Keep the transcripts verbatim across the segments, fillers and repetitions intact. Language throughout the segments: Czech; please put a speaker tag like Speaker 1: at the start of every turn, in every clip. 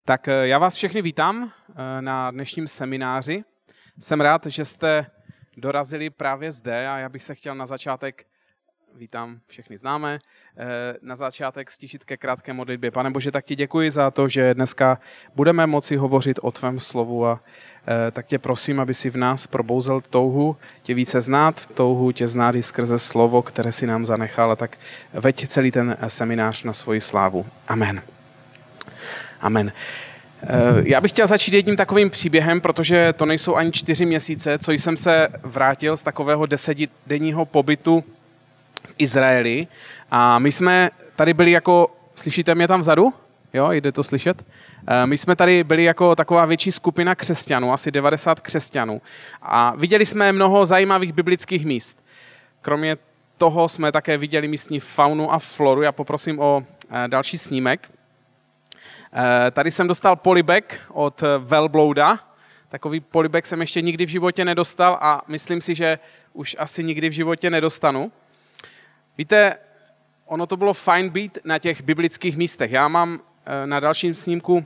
Speaker 1: Tak já vás všechny vítám na dnešním semináři. Jsem rád, že jste dorazili právě zde a já bych se chtěl na začátek, vítám všechny známé, na začátek stišit ke krátké modlitbě. Pane Bože, tak ti děkuji za to, že dneska budeme moci hovořit o tvém slovu a tak tě prosím, aby si v nás probouzel touhu tě více znát, touhu tě znát i skrze slovo, které si nám zanechal, a tak veď celý ten seminář na svoji slávu. Amen. Amen. Já bych chtěl začít jedním takovým příběhem, protože to nejsou ani čtyři měsíce, co jsem se vrátil z takového desetidenního pobytu v Izraeli. A my jsme tady byli jako, slyšíte mě tam vzadu? Jo, jde to slyšet? My jsme tady byli jako taková větší skupina křesťanů, asi devadesát křesťanů. A viděli jsme mnoho zajímavých biblických míst. Kromě toho jsme také viděli místní faunu a floru. Já poprosím o další snímek. Tady jsem dostal polibek od velblouda. Takový polibek jsem ještě nikdy v životě nedostal a myslím si, že už asi nikdy v životě nedostanu. Víte, ono to bylo fajn být na těch biblických místech. Já mám na dalším snímku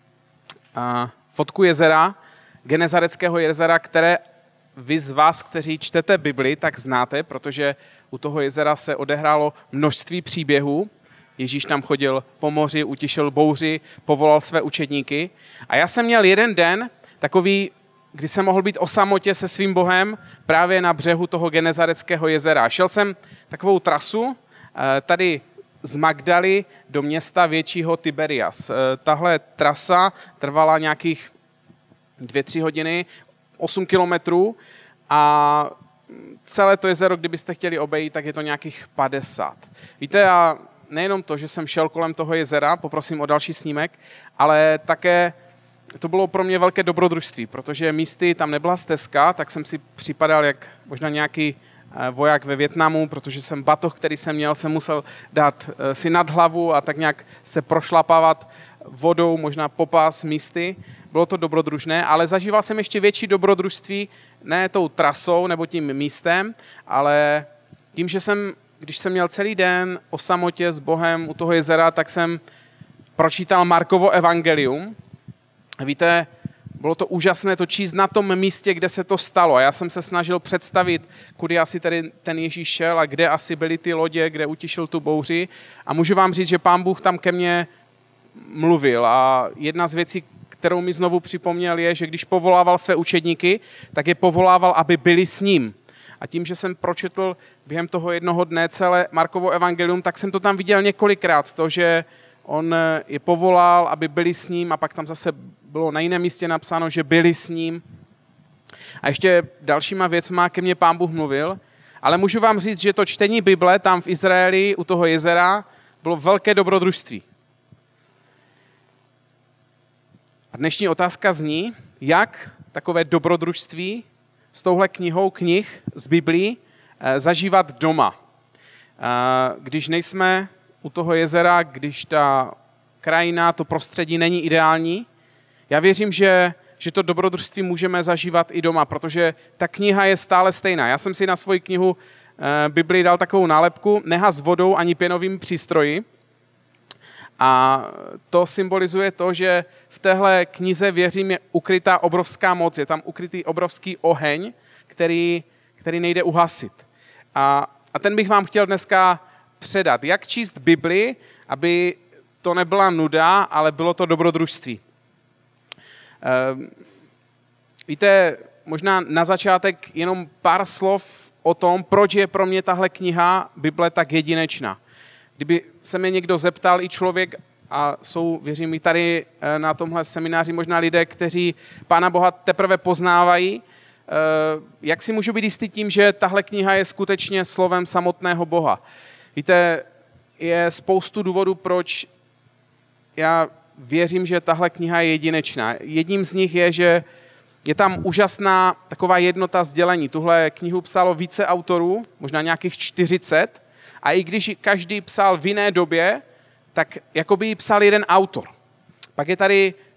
Speaker 1: fotku jezera, Genezareckého jezera, které vy z vás, kteří čtete Bibli, tak znáte, protože u toho jezera se odehrálo množství příběhů. Ježíš tam chodil po moři, utišil bouři, povolal své učedníky. A já jsem měl jeden den takový, kdy jsem mohl být o samotě se svým Bohem právě na břehu toho Genezareckého jezera. Šel jsem takovou trasu tady z Magdaly do města většího Tiberias. Tahle trasa trvala nějakých dvě, tři hodiny, osm kilometrů a celé to jezero, kdybyste chtěli obejít, tak je to nějakých padesát. Víte, a nejenom to, že jsem šel kolem toho jezera, poprosím o další snímek, ale také to bylo pro mě velké dobrodružství, protože místy tam nebyla stezka, tak jsem si připadal jak možná nějaký voják ve Vietnamu, protože jsem batoh, který jsem měl, jsem musel dát si nad hlavu a tak nějak se prošlapávat vodou, možná popás místy. Bylo to dobrodružné, ale zažíval jsem ještě větší dobrodružství, ne tou trasou nebo tím místem, ale tím, že jsem Když jsem měl celý den o samotě s Bohem u toho jezera, tak jsem pročítal Markovo evangelium. Víte, bylo to úžasné to číst na tom místě, kde se to stalo. A já jsem se snažil představit, kudy asi tady ten Ježíš šel a kde asi byly ty lodě, kde utišil tu bouři. A můžu vám říct, že Pán Bůh tam ke mně mluvil. A jedna z věcí, kterou mi znovu připomněl, je, že když povolával své učedníky, tak je povolával, aby byli s ním. A tím, že jsem pročetl během toho jednoho dne celé Markovo evangelium, tak jsem to tam viděl několikrát. To, že on je povolal, aby byli s ním, a pak tam zase bylo na jiném místě napsáno, že byli s ním. A ještě dalšíma věcma ke mně Pán Bůh mluvil. Ale můžu vám říct, že to čtení Bible tam v Izraeli u toho jezera bylo velké dobrodružství. A dnešní otázka zní, jak takové dobrodružství s touhle knihou knih z Biblí zažívat doma. Když nejsme u toho jezera, když ta krajina, to prostředí není ideální, já věřím, že, že to dobrodružství můžeme zažívat i doma, protože ta kniha je stále stejná. Já jsem si na svoji knihu Biblii dal takovou nálepku, nehas vodou ani pěnovými přístroji. A to symbolizuje to, že v téhle knize, věřím, je ukrytá obrovská moc, je tam ukrytý obrovský oheň, který, který nejde uhasit. A, a ten bych vám chtěl dneska předat. Jak číst Bibli, aby to nebyla nuda, ale bylo to dobrodružství. Ehm, víte, možná na začátek jenom pár slov o tom, proč je pro mě tahle kniha Bible tak jedinečná. Kdyby se mě někdo zeptal, i člověk, a jsou, věřím, i tady na tomhle semináři možná lidé, kteří Pána Boha teprve poznávají, jak si můžu být jistý tím, že tahle kniha je skutečně slovem samotného Boha. Víte, je spoustu důvodů, proč já věřím, že tahle kniha je jedinečná. Jedním z nich je, že je tam úžasná taková jednota sdělení. Tuhle knihu psalo více autorů, možná nějakých čtyřicet, a i když každý psal v jiné době, tak jakoby ji psal jeden autor. Pak je tady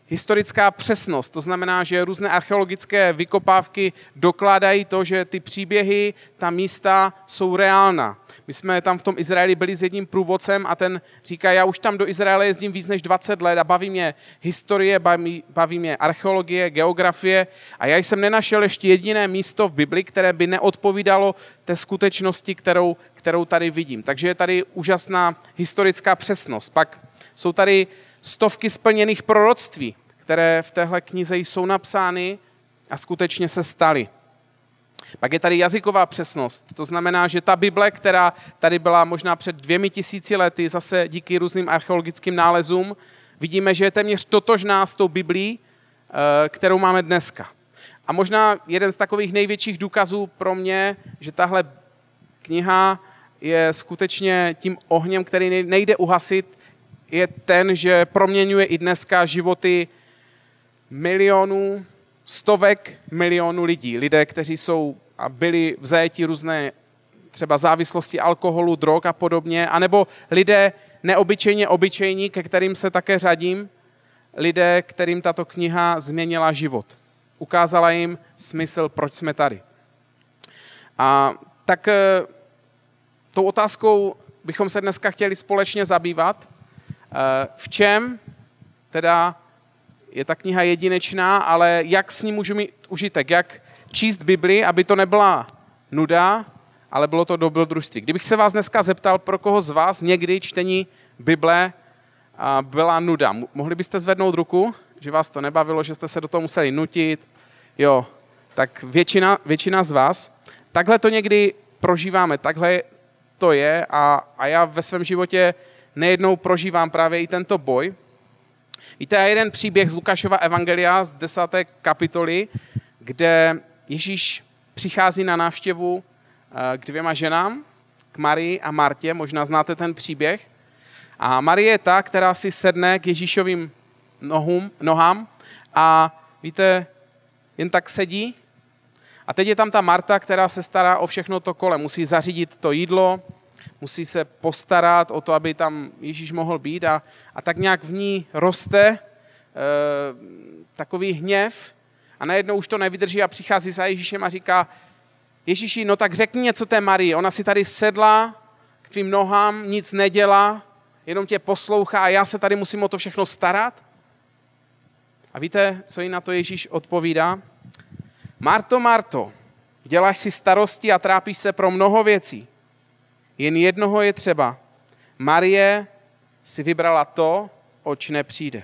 Speaker 1: historická přesnost. To znamená, že různé archeologické vykopávky dokládají to, že ty příběhy, ta místa jsou reálná. My jsme tam v tom Izraeli byli s jedním průvodcem a ten říká, já už tam do Izraele jezdím víc než dvacet let a baví mě historie, baví, baví mě archeologie, geografie a já jsem nenašel ještě jediné místo v Bibli, které by neodpovídalo té skutečnosti, kterou, kterou tady vidím. Takže je tady úžasná historická přesnost. Pak jsou tady stovky splněných proroctví, které v téhle knize jsou napsány a skutečně se staly. Pak je tady jazyková přesnost. To znamená, že ta Bible, která tady byla možná před dvěmi tisíci lety, zase díky různým archeologickým nálezům, vidíme, že je téměř totožná s tou Biblí, kterou máme dneska. A možná jeden z takových největších důkazů pro mě, že tahle kniha je skutečně tím ohněm, který nejde uhasit, je ten, že proměňuje i dneska životy milionů, stovek milionů lidí. Lidé, kteří jsou a byli v zajetí různé třeba závislosti alkoholu, drog a podobně, anebo lidé neobyčejně obyčejní, ke kterým se také řadím, lidé, kterým tato kniha změnila život. Ukázala jim smysl, proč jsme tady. A tak tou otázkou bychom se dneska chtěli společně zabývat. V čem teda je ta kniha jedinečná, ale jak s ní můžu mít užitek, jak číst Bibli, aby to nebyla nuda, ale bylo to dobrodružství. Kdybych se vás dneska zeptal, pro koho z vás někdy čtení Bible byla nuda, mohli byste zvednout ruku, že vás to nebavilo, že jste se do toho museli nutit? Jo, tak většina, většina z vás. Takhle to někdy prožíváme, takhle to je a, a já ve svém životě nejednou prožívám právě i tento boj. Víte, jeden příběh z Lukášova evangelia z desáté kapitoly, kde Ježíš přichází na návštěvu k dvěma ženám, k Marii a Martě, možná znáte ten příběh. A Marie je ta, která si sedne k Ježíšovým nohům, nohám a víte, jen tak sedí. A teď je tam ta Marta, která se stará o všechno to kolem. Musí zařídit to jídlo, musí se postarat o to, aby tam Ježíš mohl být a, a tak nějak v ní roste e, takový hněv a najednou už to nevydrží a přichází za Ježíšem a říká, Ježíši, no tak řekni něco té Marii, ona si tady sedla k tvým nohám, nic nedělá, jenom tě poslouchá a já se tady musím o to všechno starat. A víte, co jí na to Ježíš odpovídá? Marto, Marto, děláš si starosti a trápíš se pro mnoho věcí. Jen jednoho je třeba. Marie si vybrala to, oč nepřijde.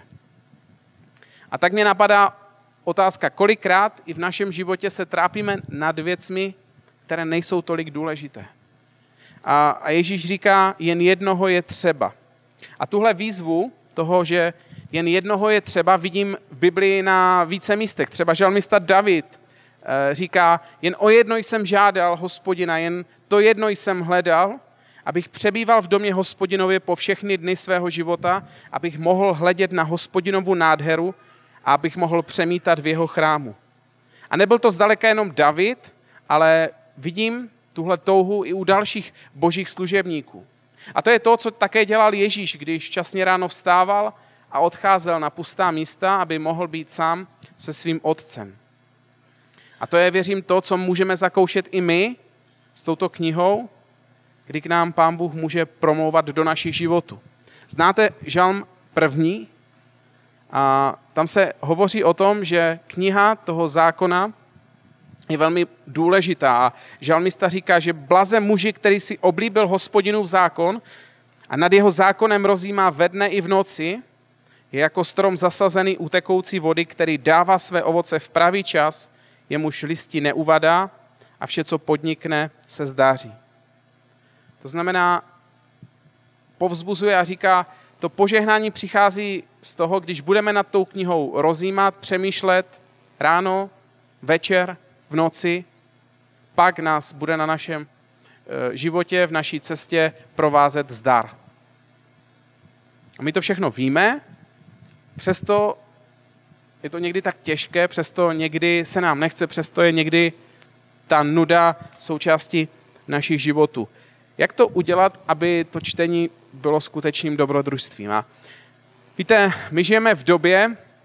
Speaker 1: A tak mě napadá otázka, kolikrát i v našem životě se trápíme nad věcmi, které nejsou tolik důležité. A, a Ježíš říká, jen jednoho je třeba. A tuhle výzvu toho, že jen jednoho je třeba, vidím v Biblii na více místech. Třeba žalmista David e, říká, jen o jedno jsem žádal Hospodina, jen to jedno jsem hledal, abych přebýval v domě Hospodinově po všechny dny svého života, abych mohl hledět na Hospodinovu nádheru a abych mohl přemítat v jeho chrámu. A nebyl to zdaleka jenom David, ale vidím tuhle touhu i u dalších božích služebníků. A to je to, co také dělal Ježíš, když včasně ráno vstával a odcházel na pustá místa, aby mohl být sám se svým otcem. A to je, věřím, to, co můžeme zakoušet i my s touto knihou, kdy k nám Pán Bůh může promlouvat do našich životů. Znáte žalm první? A tam se hovoří o tom, že kniha toho zákona je velmi důležitá. A žalmista říká, že blaze muži, který si oblíbil Hospodinův zákon a nad jeho zákonem rozjímá ve dne i v noci, je jako strom zasazený u tekoucí vody, který dává své ovoce v pravý čas, jemuž listí neuvadá a vše, co podnikne, se zdáří. To znamená, povzbuzuje a říká, to požehnání přichází z toho, když budeme nad tou knihou rozjímat, přemýšlet ráno, večer, v noci, pak nás bude na našem životě, v naší cestě provázet zdar. A my to všechno víme, přesto je to někdy tak těžké, přesto někdy se nám nechce, přesto je někdy ta nuda součástí našich životů. Jak to udělat, aby to čtení bylo skutečným dobrodružstvím? A víte, my žijeme v době,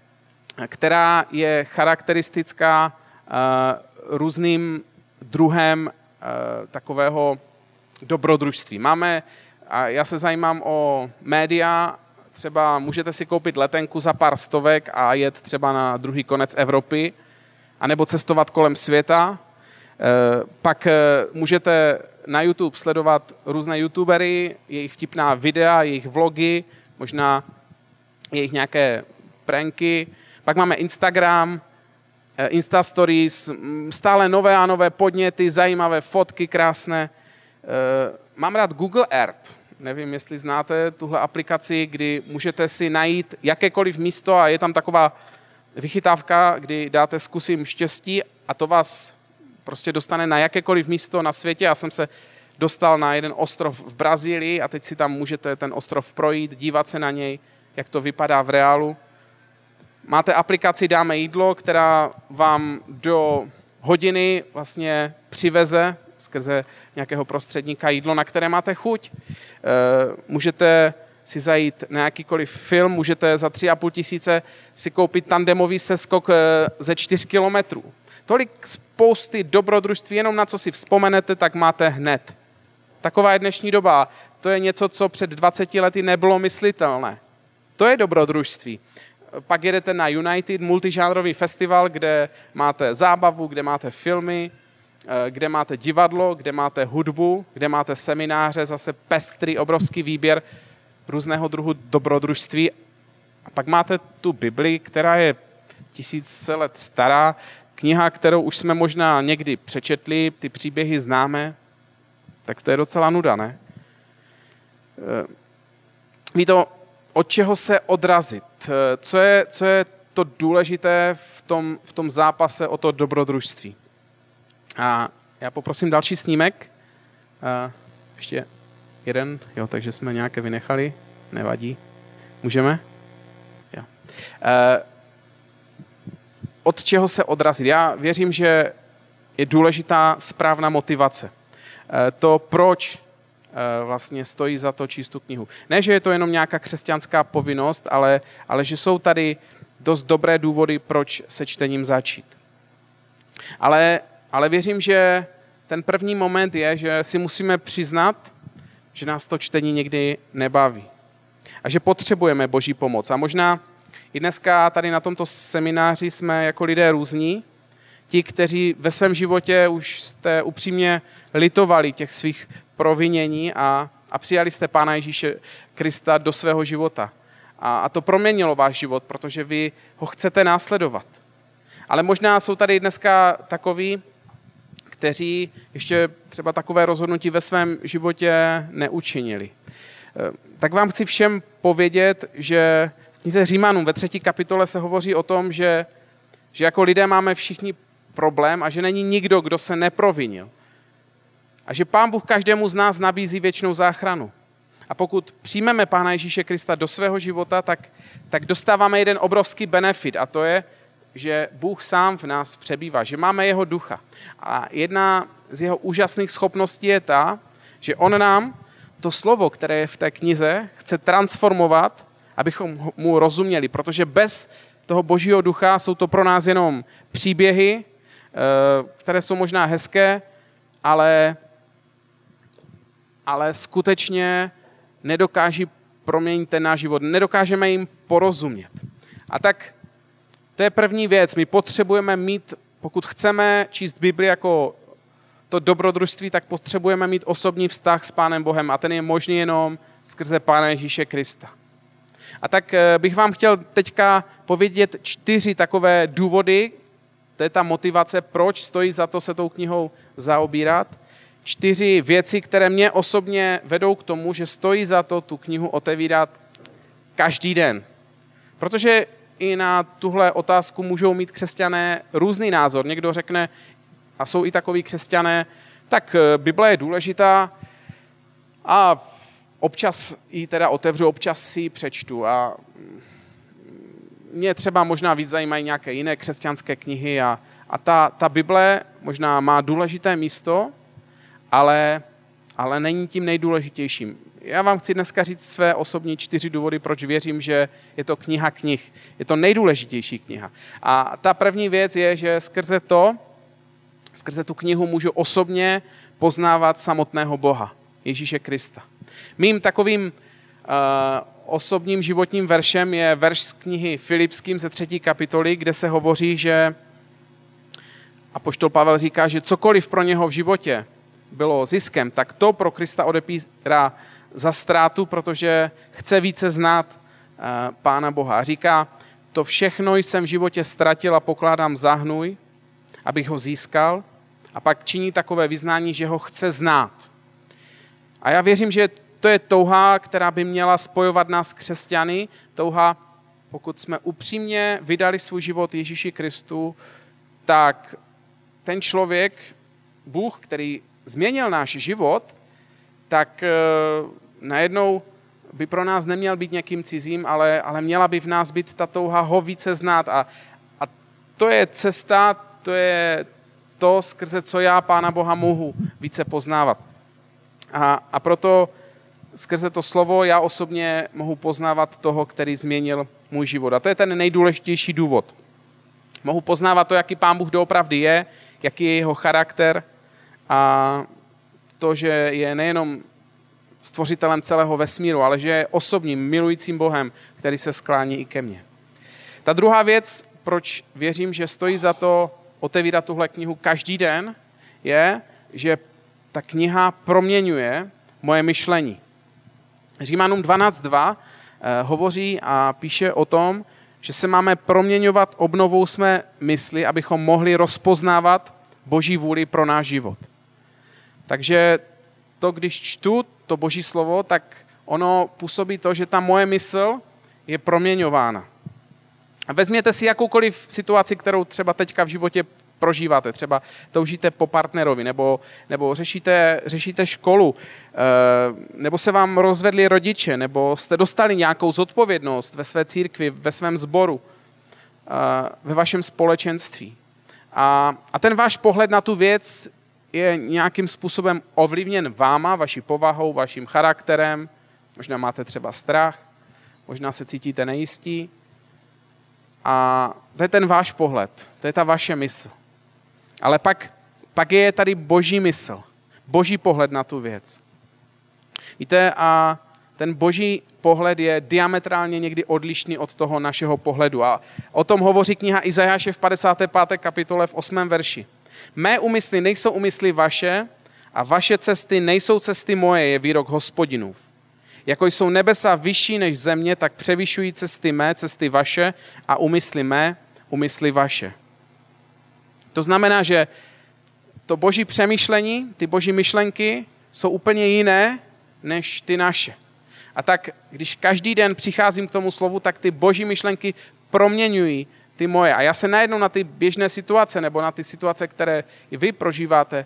Speaker 1: která je charakteristická uh, různým druhem uh, takového dobrodružství. Máme, a já se zajímám o média, třeba můžete si koupit letenku za pár stovek a jet třeba na druhý konec Evropy, anebo cestovat kolem světa. Uh, pak uh, můžete na YouTube sledovat různé youtubery, jejich vtipná videa, jejich vlogy, možná jejich nějaké pranky. Pak máme Instagram, Insta Stories, stále nové a nové podněty, zajímavé fotky, krásné. Mám rád Google Earth. Nevím, jestli znáte tuhle aplikaci, kdy můžete si najít jakékoliv místo a je tam taková vychytávka, kdy dáte zkusím štěstí a to vás prostě dostane na jakékoliv místo na světě. Já jsem se dostal na jeden ostrov v Brazílii a teď si tam můžete ten ostrov projít, dívat se na něj, jak to vypadá v reálu. Máte aplikaci Dáme jídlo, která vám do hodiny vlastně přiveze skrze nějakého prostředníka jídlo, na které máte chuť. Můžete si zajít na jakýkoliv film, můžete za tři a půl tisíce si koupit tandemový seskok ze čtyř kilometrů. Tolik spousty dobrodružství, jenom na co si vzpomenete, tak máte hned. Taková je dnešní doba. To je něco, co před dvaceti lety nebylo myslitelné. To je dobrodružství. Pak jedete na United, multižánrový festival, kde máte zábavu, kde máte filmy, kde máte divadlo, kde máte hudbu, kde máte semináře, zase pestrý, obrovský výběr různého druhu dobrodružství. A pak máte tu Bibli, která je tisíce let stará, kniha, kterou už jsme možná někdy přečetli, ty příběhy známe, tak to je docela nuda, ne? Ví to, od čeho se odrazit. Co je, co je to důležité v tom, v tom zápase o to dobrodružství. A já poprosím další snímek. A ještě jeden, jo, takže jsme nějaké vynechali. Nevadí. Můžeme? Jo. E, od čeho se odrazit? Já věřím, že je důležitá správná motivace. E, to, proč vlastně stojí za to číst tu knihu. Ne, že je to jenom nějaká křesťanská povinnost, ale, ale že jsou tady dost dobré důvody, proč se čtením začít. Ale, ale věřím, že ten první moment je, že si musíme přiznat, že nás to čtení někdy nebaví. A že potřebujeme Boží pomoc. A možná i dneska tady na tomto semináři jsme jako lidé různí. Ti, kteří ve svém životě už jste upřímně litovali těch svých provinění a, a přijali jste Pána Ježíše Krista do svého života. A, a to proměnilo váš život, protože vy ho chcete následovat. Ale možná jsou tady dneska takoví, kteří ještě třeba takové rozhodnutí ve svém životě neučinili. Tak vám chci všem povědět, že v knize Římanům ve třetí kapitole se hovoří o tom, že, že jako lidé máme všichni problém a že není nikdo, kdo se neprovinil. A že Pán Bůh každému z nás nabízí věčnou záchranu. A pokud přijmeme Pána Ježíše Krista do svého života, tak, tak dostáváme jeden obrovský benefit a to je, že Bůh sám v nás přebývá, že máme jeho ducha. A jedna z jeho úžasných schopností je ta, že on nám to slovo, které je v té knize, chce transformovat, abychom mu rozuměli, protože bez toho Božího ducha jsou to pro nás jenom příběhy, které jsou možná hezké, ale, ale skutečně nedokáží proměnit ten náš život. Nedokážeme jim porozumět. A tak to je první věc. My potřebujeme mít, pokud chceme číst Bibli jako to dobrodružství, tak potřebujeme mít osobní vztah s Pánem Bohem a ten je možný jenom skrze Pána Ježíše Krista. A tak bych vám chtěl teďka povědět čtyři takové důvody, to je ta motivace, proč stojí za to se tou knihou zaobírat. Čtyři věci, které mě osobně vedou k tomu, že stojí za to tu knihu otevírat každý den. Protože i na tuhle otázku můžou mít křesťané různý názor. Někdo řekne, a jsou i takoví křesťané, tak Bible je důležitá a občas ji teda otevřu, občas si ji přečtu a mě třeba možná víc zajímají nějaké jiné křesťanské knihy a, a ta, ta Bible možná má důležité místo, ale, ale není tím nejdůležitějším. Já vám chci dneska říct své osobní čtyři důvody, proč věřím, že je to kniha knih. Je to nejdůležitější kniha. A ta první věc je, že skrze to, skrze tu knihu můžu osobně poznávat samotného Boha, Ježíše Krista. Mým takovým uh, osobním životním veršem je verš z knihy Filipským ze třetí kapitoly, kde se hovoří, že apoštol Pavel říká, že cokoliv pro něho v životě bylo ziskem, tak to pro Krista odepírá za ztrátu, protože chce více znát uh, Pána Boha. A říká, to všechno jsem v životě ztratil a pokládám za hnůj, abych ho získal, a pak činí takové vyznání, že ho chce znát. A já věřím, že to je touha, která by měla spojovat nás křesťany, touha, pokud jsme upřímně vydali svůj život Ježíši Kristu, tak ten člověk, Bůh, který změnil náš život, tak najednou by pro nás neměl být někým cizím, ale, ale měla by v nás být ta touha ho více znát. A, a to je cesta, to je to, skrze co já Pána Boha mohu více poznávat. A, a proto skrze to slovo já osobně mohu poznávat toho, který změnil můj život. A to je ten nejdůležitější důvod. Mohu poznávat to, jaký Pán Bůh doopravdy je, jaký je jeho charakter a to, že je nejenom stvořitelem celého vesmíru, ale že je osobním, milujícím Bohem, který se sklání i ke mně. Ta druhá věc, proč věřím, že stojí za to otevírat tuhle knihu každý den, je, že ta kniha proměňuje moje myšlení. Římanům dvanáct dva eh, hovoří a píše o tom, že se máme proměňovat obnovou své mysli, abychom mohli rozpoznávat Boží vůli pro náš život. Takže to, když čtu to Boží slovo, tak ono působí to, že ta moje mysl je proměňována. A vezměte si jakoukoliv situaci, kterou třeba teďka v životě prožíváte. Třeba toužíte po partnerovi, nebo, nebo řešíte, řešíte školu, nebo se vám rozvedli rodiče, nebo jste dostali nějakou zodpovědnost ve své církvi, ve svém sboru, ve vašem společenství. A, a ten váš pohled na tu věc je nějakým způsobem ovlivněn váma, vaší povahou, vaším charakterem. Možná máte třeba strach, možná se cítíte nejistí. A to je ten váš pohled, to je ta vaše mysl. Ale pak, pak je tady Boží mysl, Boží pohled na tu věc. Víte, a ten Boží pohled je diametrálně někdy odlišný od toho našeho pohledu. A o tom hovoří kniha Izajáše v padesáté páté kapitole v osmém verši. Mé úmysly nejsou úmysly vaše a vaše cesty nejsou cesty moje, je výrok Hospodinův. Jako jsou nebesa vyšší než země, tak převyšují cesty mé, cesty vaše a úmysly mé, úmysly vaše. To znamená, že to Boží přemýšlení, ty Boží myšlenky jsou úplně jiné než ty naše. A tak, když každý den přicházím k tomu slovu, tak ty Boží myšlenky proměňují ty moje. A já se najednou na ty běžné situace nebo na ty situace, které i vy prožíváte,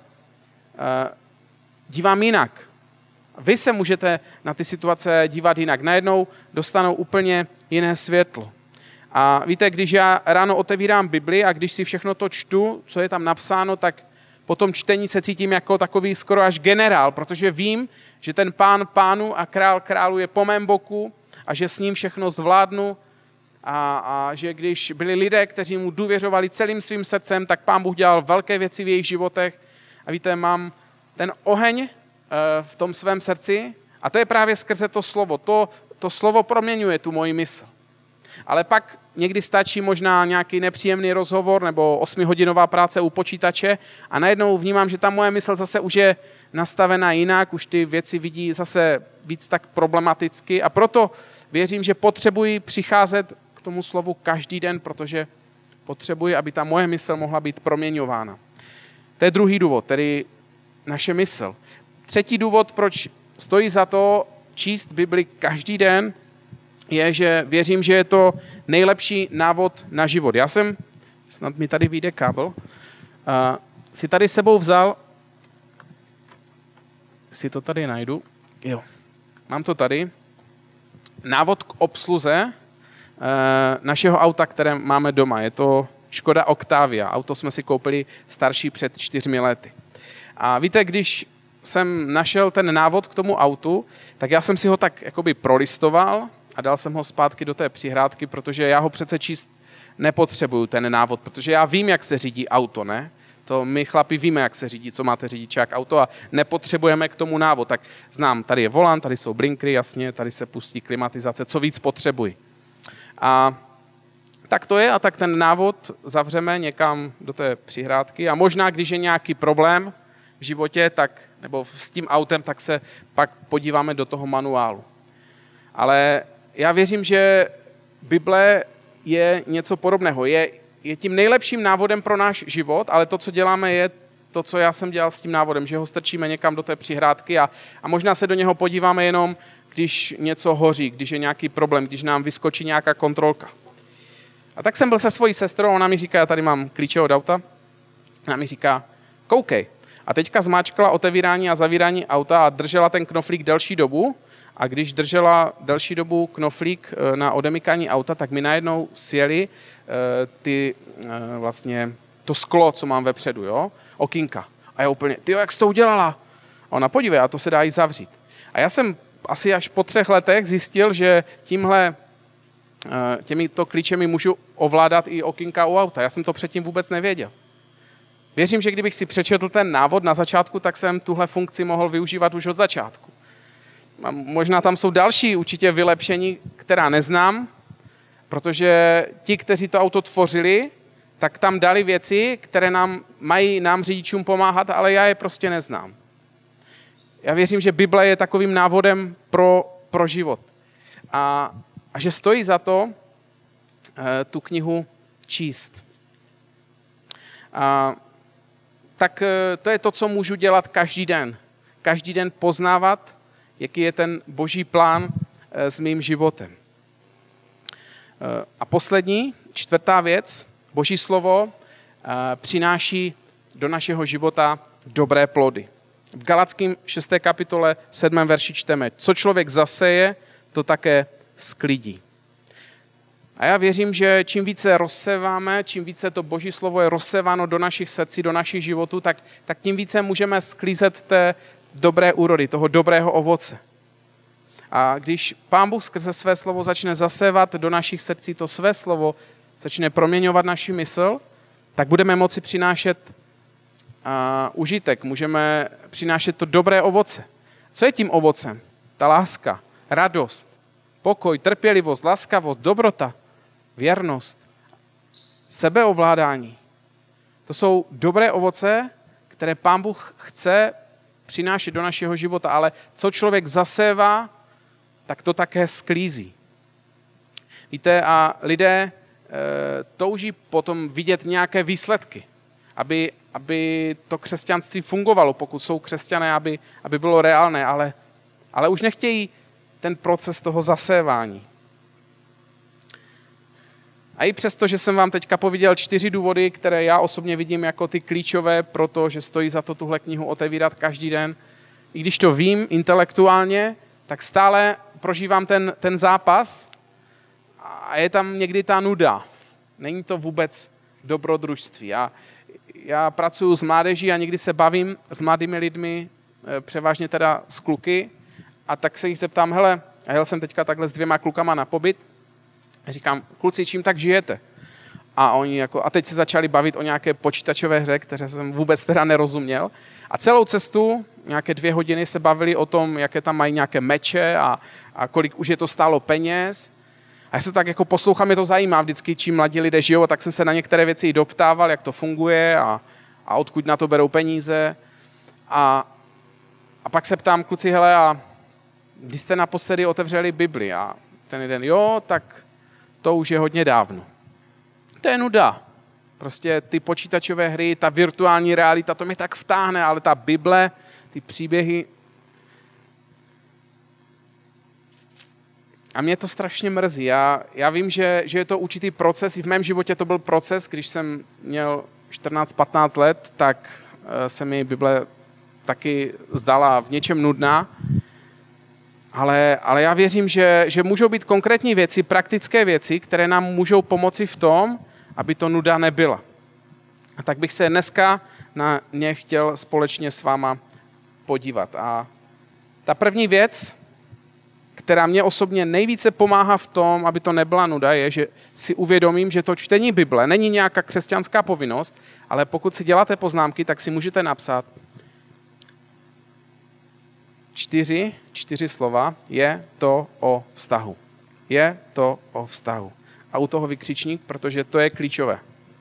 Speaker 1: dívám jinak. Vy se můžete na ty situace dívat jinak. Najednou dostanou úplně jiné světlo. A víte, když já ráno otevírám Bibli a když si všechno to čtu, co je tam napsáno, tak po tom čtení se cítím jako takový skoro až generál, protože vím, že ten Pán pánů a král králu je po mém boku a že s ním všechno zvládnu a, a že když byli lidé, kteří mu důvěřovali celým svým srdcem, tak Pán Bůh dělal velké věci v jejich životech. A víte, mám ten oheň v tom svém srdci a to je právě skrze to slovo. To, to slovo proměňuje tu moji mysl. Ale pak někdy stačí možná nějaký nepříjemný rozhovor nebo osmihodinová práce u počítače a najednou vnímám, že ta moje mysl zase už je nastavená jinak, už ty věci vidí zase víc tak problematicky a proto věřím, že potřebuji přicházet k tomu slovu každý den, protože potřebuji, aby ta moje mysl mohla být proměňována. To je druhý důvod, tedy naše mysl. Třetí důvod, proč stojí za to číst Bibli každý den, je, že věřím, že je to nejlepší návod na život. Já jsem, snad mi tady vyjde kábel, uh, si tady sebou vzal, si to tady najdu, jo, mám to tady, návod k obsluze uh, našeho auta, které máme doma. Je to Škoda Octavia. Auto jsme si koupili starší před čtyřmi lety. A víte, když jsem našel ten návod k tomu autu, tak já jsem si ho tak jakoby prolistoval a dal jsem ho zpátky do té přihrádky, protože já ho přece číst nepotřebuju, ten návod, protože já vím, jak se řídí auto, ne? To my chlapi víme, jak se řídí, co máte řidičák auto a nepotřebujeme k tomu návod. Tak znám, tady je volant, tady jsou blinkry, jasně, tady se pustí klimatizace, co víc potřebuji. A tak to je a tak ten návod zavřeme někam do té přihrádky a možná, když je nějaký problém v životě, tak, nebo s tím autem, tak se pak podíváme do toho manuálu. Ale já věřím, že Bible je něco podobného. Je, je tím nejlepším návodem pro náš život, ale to, co děláme, je to, co já jsem dělal s tím návodem, že ho strčíme někam do té přihrádky a, a možná se do něho podíváme jenom, když něco hoří, když je nějaký problém, když nám vyskočí nějaká kontrolka. A tak jsem byl se svojí sestrou, ona mi říká, já tady mám klíče od auta, ona mi říká, koukej. A teďka zmáčkla otevírání a zavírání auta a držela ten knoflík delší dobu a když držela delší dobu knoflík na odemykání auta, tak mi najednou sjeli ty vlastně to sklo, co mám vepředu, jo, okýnka. A já úplně, tyjo, jak jsi to udělala? A ona, podívej, a to se dá i zavřít. A já jsem asi až po třech letech zjistil, že tímhle těmito klíčemi můžu ovládat i okýnka u auta. Já jsem to předtím vůbec nevěděl. Věřím, že kdybych si přečetl ten návod na začátku, tak jsem tuhle funkci mohl využívat už od začátku. A možná tam jsou další určitě vylepšení, která neznám, protože ti, kteří to auto tvořili, tak tam dali věci, které nám mají nám řidičům pomáhat, ale já je prostě neznám. Já věřím, že Bible je takovým návodem pro, pro život. A, a že stojí za to e, tu knihu číst. A, tak e, to je to, co můžu dělat každý den. Každý den poznávat, jaký je ten boží plán e, s mým životem. E, a poslední, čtvrtá věc, boží slovo e, přináší do našeho života dobré plody. V Galackým šesté kapitole sedmém verši čteme, co člověk zaseje, to také sklidí. A já věřím, že čím více rozseváme, čím více to boží slovo je rozseváno do našich srdcí, do našich životů, tak, tak tím více můžeme sklízet té dobré úrody, toho dobrého ovoce. A když Pán Bůh skrze své slovo začne zasévat do našich srdcí to své slovo, začne proměňovat naši mysl, tak budeme moci přinášet a, užitek, můžeme přinášet to dobré ovoce. Co je tím ovocem? Ta láska, radost, pokoj, trpělivost, laskavost, dobrota, věrnost, sebeovládání. To jsou dobré ovoce, které Pán Bůh chce přinášet do našeho života, ale co člověk zasévá, tak to také sklízí. Víte, a lidé e, touží potom vidět nějaké výsledky, aby, aby to křesťanství fungovalo, pokud jsou křesťané, aby, aby bylo reálné, ale, ale už nechtějí ten proces toho zasévání. A i přesto, že jsem vám teďka pověděl čtyři důvody, které já osobně vidím jako ty klíčové pro to, že stojí za to tuhle knihu otevírat každý den, i když to vím intelektuálně, tak stále prožívám ten, ten zápas a je tam někdy ta nuda. Není to vůbec dobrodružství. A já pracuji s mládeží a někdy se bavím s mladými lidmi, převážně teda s kluky, a tak se jich zeptám, hele, a jel jsem teďka takhle s dvěma klukama na pobyt, a říkám, kluci, čím tak žijete? A oni jako, a teď se začali bavit o nějaké počítačové hře, které jsem vůbec teda nerozuměl. A celou cestu, nějaké dvě hodiny, se bavili o tom, jaké tam mají nějaké meče a, a kolik už je to stálo peněz. A já se tak jako poslouchám, mě to zajímá vždycky, čím mladí lidé žijou, tak jsem se na některé věci i doptával, jak to funguje a, a odkud na to berou peníze. A, a pak se ptám, kluci, hele, a když jste naposledy otevřeli Bibli? A ten jeden, jo, tak to už je hodně dávno. To je nuda. Prostě ty počítačové hry, ta virtuální realita, to mě tak vtáhne, ale ta Bible, ty příběhy. A mě to strašně mrzí. Já, já vím, že, že je to určitý proces. I v mém životě to byl proces, když jsem měl čtrnáct patnáct let, tak se mi Bible taky zdala v něčem nudná. Ale, ale já věřím, že, že můžou být konkrétní věci, praktické věci, které nám můžou pomoci v tom, aby to nuda nebyla. A tak bych se dneska na ně chtěl společně s váma podívat. A ta první věc, která mě osobně nejvíce pomáhá v tom, aby to nebyla nuda, je, že si uvědomím, že to čtení Bible není nějaká křesťanská povinnost, ale pokud si děláte poznámky, tak si můžete napsat čtyři, čtyři slova, je to o vztahu. Je to o vztahu. A u toho vykřičník, protože to je klíčové.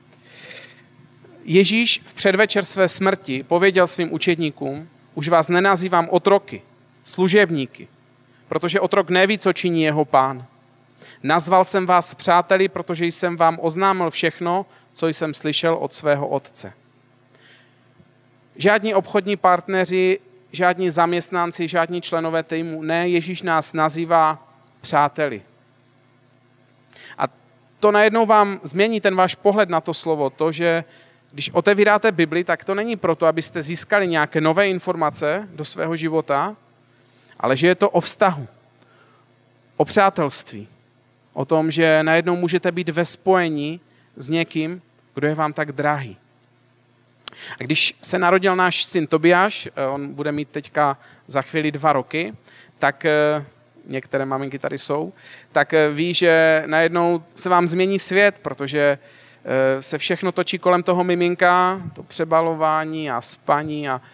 Speaker 1: Ježíš v předvečer své smrti pověděl svým učedníkům, už vás nenazývám otroky, služebníky, protože otrok neví, co činí jeho pán. Nazval jsem vás přáteli, protože jsem vám oznámil všechno, co jsem slyšel od svého otce. Žádní obchodní partneři, žádní zaměstnanci, žádní členové týmu, ne, Ježíš nás nazývá přáteli. A to najednou vám změní ten váš pohled na to slovo, to, že když otevíráte Bibli, tak to není proto, abyste získali nějaké nové informace do svého života, ale že je to o vztahu, o přátelství, o tom, že najednou můžete být ve spojení s někým, kdo je vám tak drahý. A když se narodil náš syn Tobiáš, on bude mít teďka za chvíli dva roky, tak některé maminky tady jsou, tak ví, že najednou se vám změní svět, protože se všechno točí kolem toho miminka, to přebalování a spaní. A,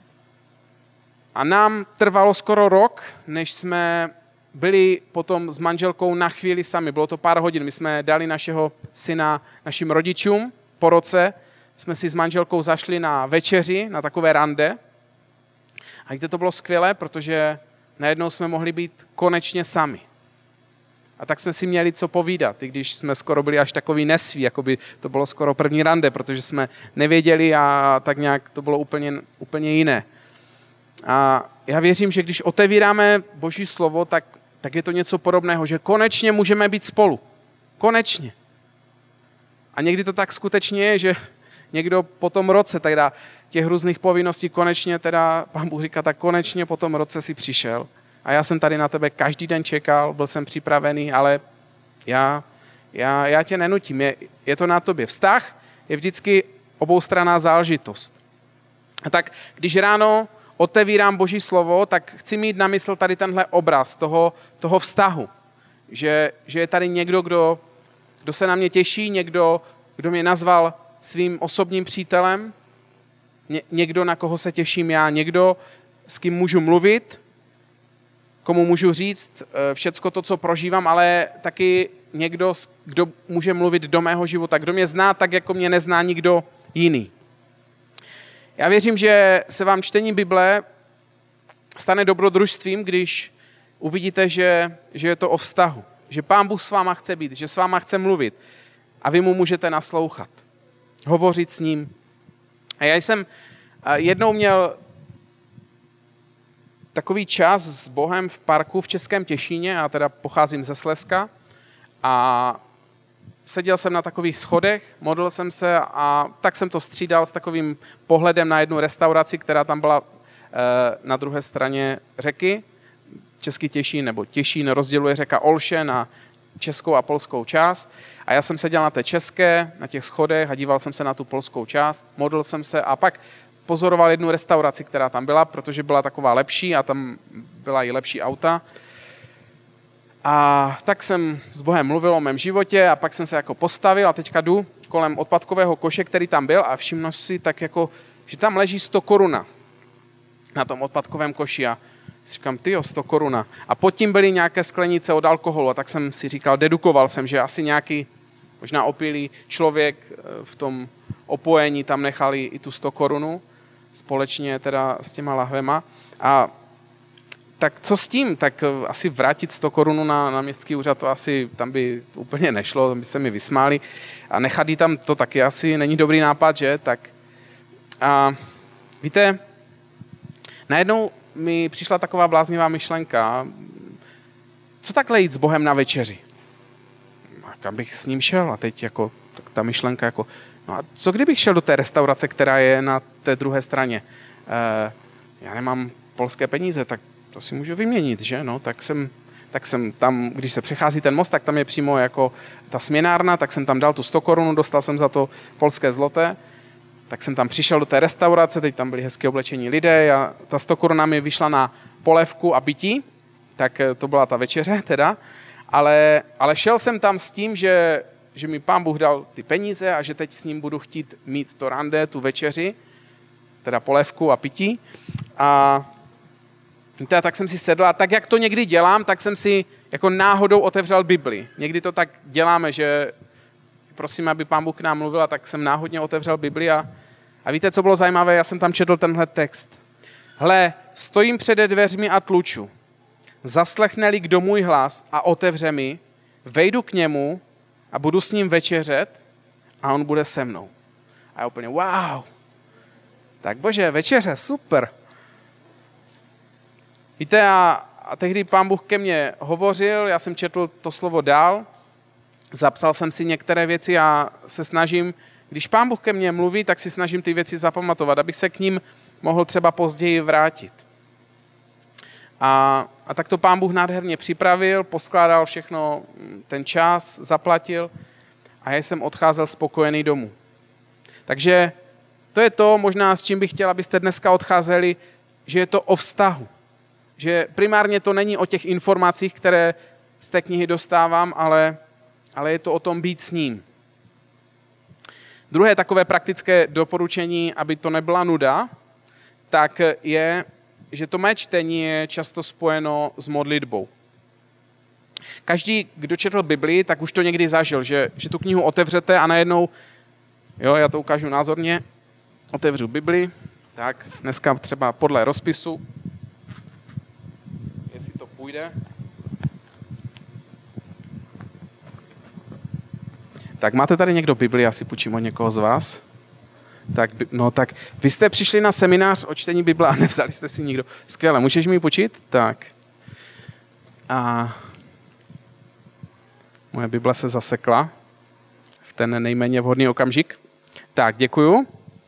Speaker 1: a nám trvalo skoro rok, než jsme byli potom s manželkou na chvíli sami. Bylo to pár hodin. My jsme dali našeho syna našim rodičům. Po roce jsme si s manželkou zašli na večeři, na takové rande. A víte, to bylo skvělé, protože najednou jsme mohli být konečně sami. A tak jsme si měli co povídat, i když jsme skoro byli až takový nesví, jako by to bylo skoro první rande, protože jsme nevěděli a tak nějak to bylo úplně, úplně jiné. A já věřím, že když otevíráme Boží slovo, tak, tak je to něco podobného, že konečně můžeme být spolu. Konečně. A někdy to tak skutečně je, že někdo po tom roce teda těch různých povinností konečně teda, Pán Bůh říká, tak konečně po tom roce si přišel. A já jsem tady na tebe každý den čekal, byl jsem připravený, ale já, já, já tě nenutím. Je, je to na tobě. Vztah je vždycky oboustranná záležitost. A tak když ráno otevírám Boží slovo, tak chci mít na mysl tady tenhle obraz toho, toho vztahu. Že, že je tady někdo, kdo, kdo se na mě těší, někdo, kdo mě nazval svým osobním přítelem, ně, někdo, na koho se těším já, někdo, s kým můžu mluvit, komu můžu říct všecko to, co prožívám, ale taky někdo, kdo může mluvit do mého života, kdo mě zná tak, jako mě nezná nikdo jiný. Já věřím, že se vám čtení Bible stane dobrodružstvím, když uvidíte, že, že je to o vztahu, že Pán Bůh s váma chce být, že s váma chce mluvit a vy mu můžete naslouchat, hovořit s ním. A já jsem jednou měl takový čas s Bohem v parku v Českém Těšíně, já teda pocházím ze Slezska a seděl jsem na takových schodech, modlil jsem se a tak jsem to střídal s takovým pohledem na jednu restauraci, která tam byla na druhé straně řeky. Český Těšín nebo Těšín rozděluje řeka Olše na českou a polskou část a já jsem seděl na té české, na těch schodech a díval jsem se na tu polskou část, modlil jsem se a pak pozoroval jednu restauraci, která tam byla, protože byla taková lepší a tam byla i lepší auta. A tak jsem s Bohem mluvil o mém životě a pak jsem se jako postavil a teďka jdu kolem odpadkového koše, který tam byl a všimnu si tak jako, že tam leží sto koruna na tom odpadkovém koši a říkám, tyjo, sto koruna. A pod tím byly nějaké sklenice od alkoholu a tak jsem si říkal, dedukoval jsem, že asi nějaký možná opilý člověk v tom opojení tam nechali i tu sto korunu společně teda s těma lahvema. A tak co s tím? Tak asi vrátit sto korun na, na městský úřad, to asi tam by to úplně nešlo, tam by se mi vysmáli. A nechat jí tam, to taky asi není dobrý nápad, že? Tak a víte, najednou mi přišla taková bláznivá myšlenka, co takhle jít s Bohem na večeři? A kam bych s ním šel? A teď jako tak ta myšlenka jako, no a co kdybych šel do té restaurace, která je na té druhé straně? E, já nemám polské peníze, tak to si můžu vyměnit, že? No, tak jsem, tak jsem tam, když se přechází ten most, tak tam je přímo jako ta směnárna, tak jsem tam dal tu sto korun, dostal jsem za to polské zloté. tak jsem tam přišel do té restaurace, teď tam byli hezky oblečení lidé a ta sto koruna mi vyšla na polévku a pití, tak to byla ta večeře teda, ale, ale šel jsem tam s tím, že, že mi Pán Bůh dal ty peníze a že teď s ním budu chtít mít to rande, tu večeři, teda polévku a pití. A teda tak jsem si sedl a tak, jak to někdy dělám, tak jsem si jako náhodou otevřel Bibli. Někdy to tak děláme, že prosím, aby Pán Bůh k nám mluvil, a tak jsem náhodně otevřel Bibli a, a víte, co bylo zajímavé? Já jsem tam četl tenhle text. Hle, stojím před dveřmi a tluču. Zaslechne-li kdo můj hlas a otevře mi, vejdu k němu a budu s ním večeřet a on bude se mnou. A já úplně, wow, tak bože, večeře, super. Víte, a, a tehdy Pán Bůh ke mně hovořil, já jsem četl to slovo dál, zapsal jsem si některé věci a se snažím, když Pán Bůh ke mně mluví, tak si snažím ty věci zapamatovat, abych se k ním mohl třeba později vrátit. A, a tak to Pán Bůh nádherně připravil, poskládal všechno, ten čas, zaplatil a já jsem odcházel spokojený domů. Takže to je to možná, s čím bych chtěl, abyste dneska odcházeli, že je to o vztahu. Že primárně to není o těch informacích, které z té knihy dostávám, ale, ale je to o tom být s ním. Druhé takové praktické doporučení, aby to nebyla nuda, tak je, že to mé čtení je často spojeno s modlitbou. Každý, kdo četl Biblii, tak už to někdy zažil, že, že tu knihu otevřete a najednou, jo, já to ukážu názorně, otevřu Bibli, tak dneska třeba podle rozpisu, jestli to půjde. Tak máte tady někdo Bibli, já si půjčím od někoho z vás. Tak, no tak, vy jste přišli na seminář o čtení Bible a nevzali jste si nikdo. Skvěle, můžeš mi půjčit? Tak. A moje Bible se zasekla v ten nejméně vhodný okamžik. Tak, děkuju.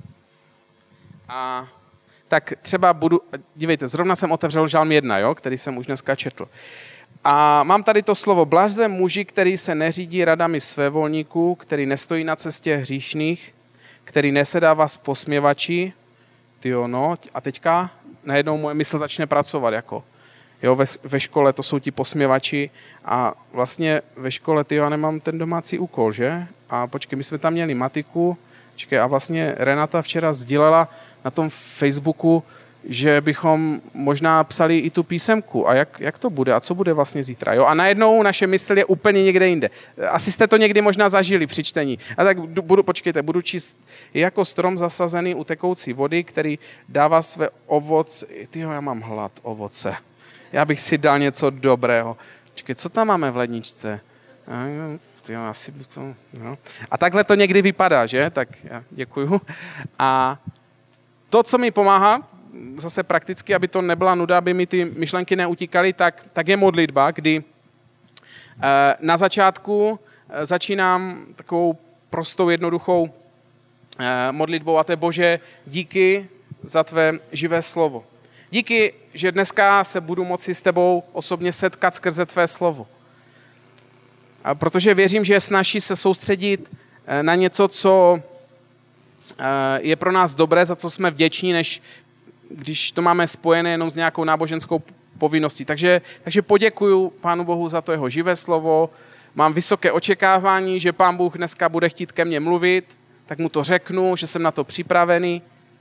Speaker 1: A tak třeba budu, dívejte, zrovna jsem otevřel Žalm jedna, jo, který jsem už dneska četl. A mám tady to slovo, blažen muži, který se neřídí radami svévolníků, který nestojí na cestě hříšných, který nesedává s posměvači, tyjo, no, a teďka najednou moje mysl začne pracovat, jako, jo, ve, ve škole to jsou ti posměvači a vlastně ve škole, tyjo, já nemám ten domácí úkol, že? A počkej, my jsme tam měli matiku, počkej, a vlastně Renata včera sdílela na tom Facebooku, že bychom možná psali i tu písemku. A jak, jak to bude? A co bude vlastně zítra? Jo? A najednou naše mysl je úplně někde jinde. Asi jste to někdy možná zažili při čtení. A tak budu, počkejte, budu číst jako strom zasazený u tekoucí vody, který dává své ovoce. Tyjo, já mám hlad ovoce. Já bych si dal něco dobrého. Počkej, co tam máme v ledničce? Tyjo, asi by to, no. A takhle to někdy vypadá, že? Tak já děkuju. A to, co mi pomáhá, zase prakticky, aby to nebyla nuda, aby mi ty myšlenky neutíkaly, tak, tak je modlitba, kdy eh, na začátku eh, začínám takovou prostou, jednoduchou eh, modlitbou a to je Bože, díky za tvé živé slovo. Díky, že dneska se budu moci s tebou osobně setkat skrze tvé slovo. A protože věřím, že je snazší se soustředit eh, na něco, co eh, je pro nás dobré, za co jsme vděční, než když to máme spojené jenom s nějakou náboženskou povinností. Takže, takže poděkuju Pánu Bohu za to jeho živé slovo. Mám vysoké očekávání, že Pán Bůh dneska bude chtít ke mně mluvit, tak mu to řeknu, že jsem na to připravený.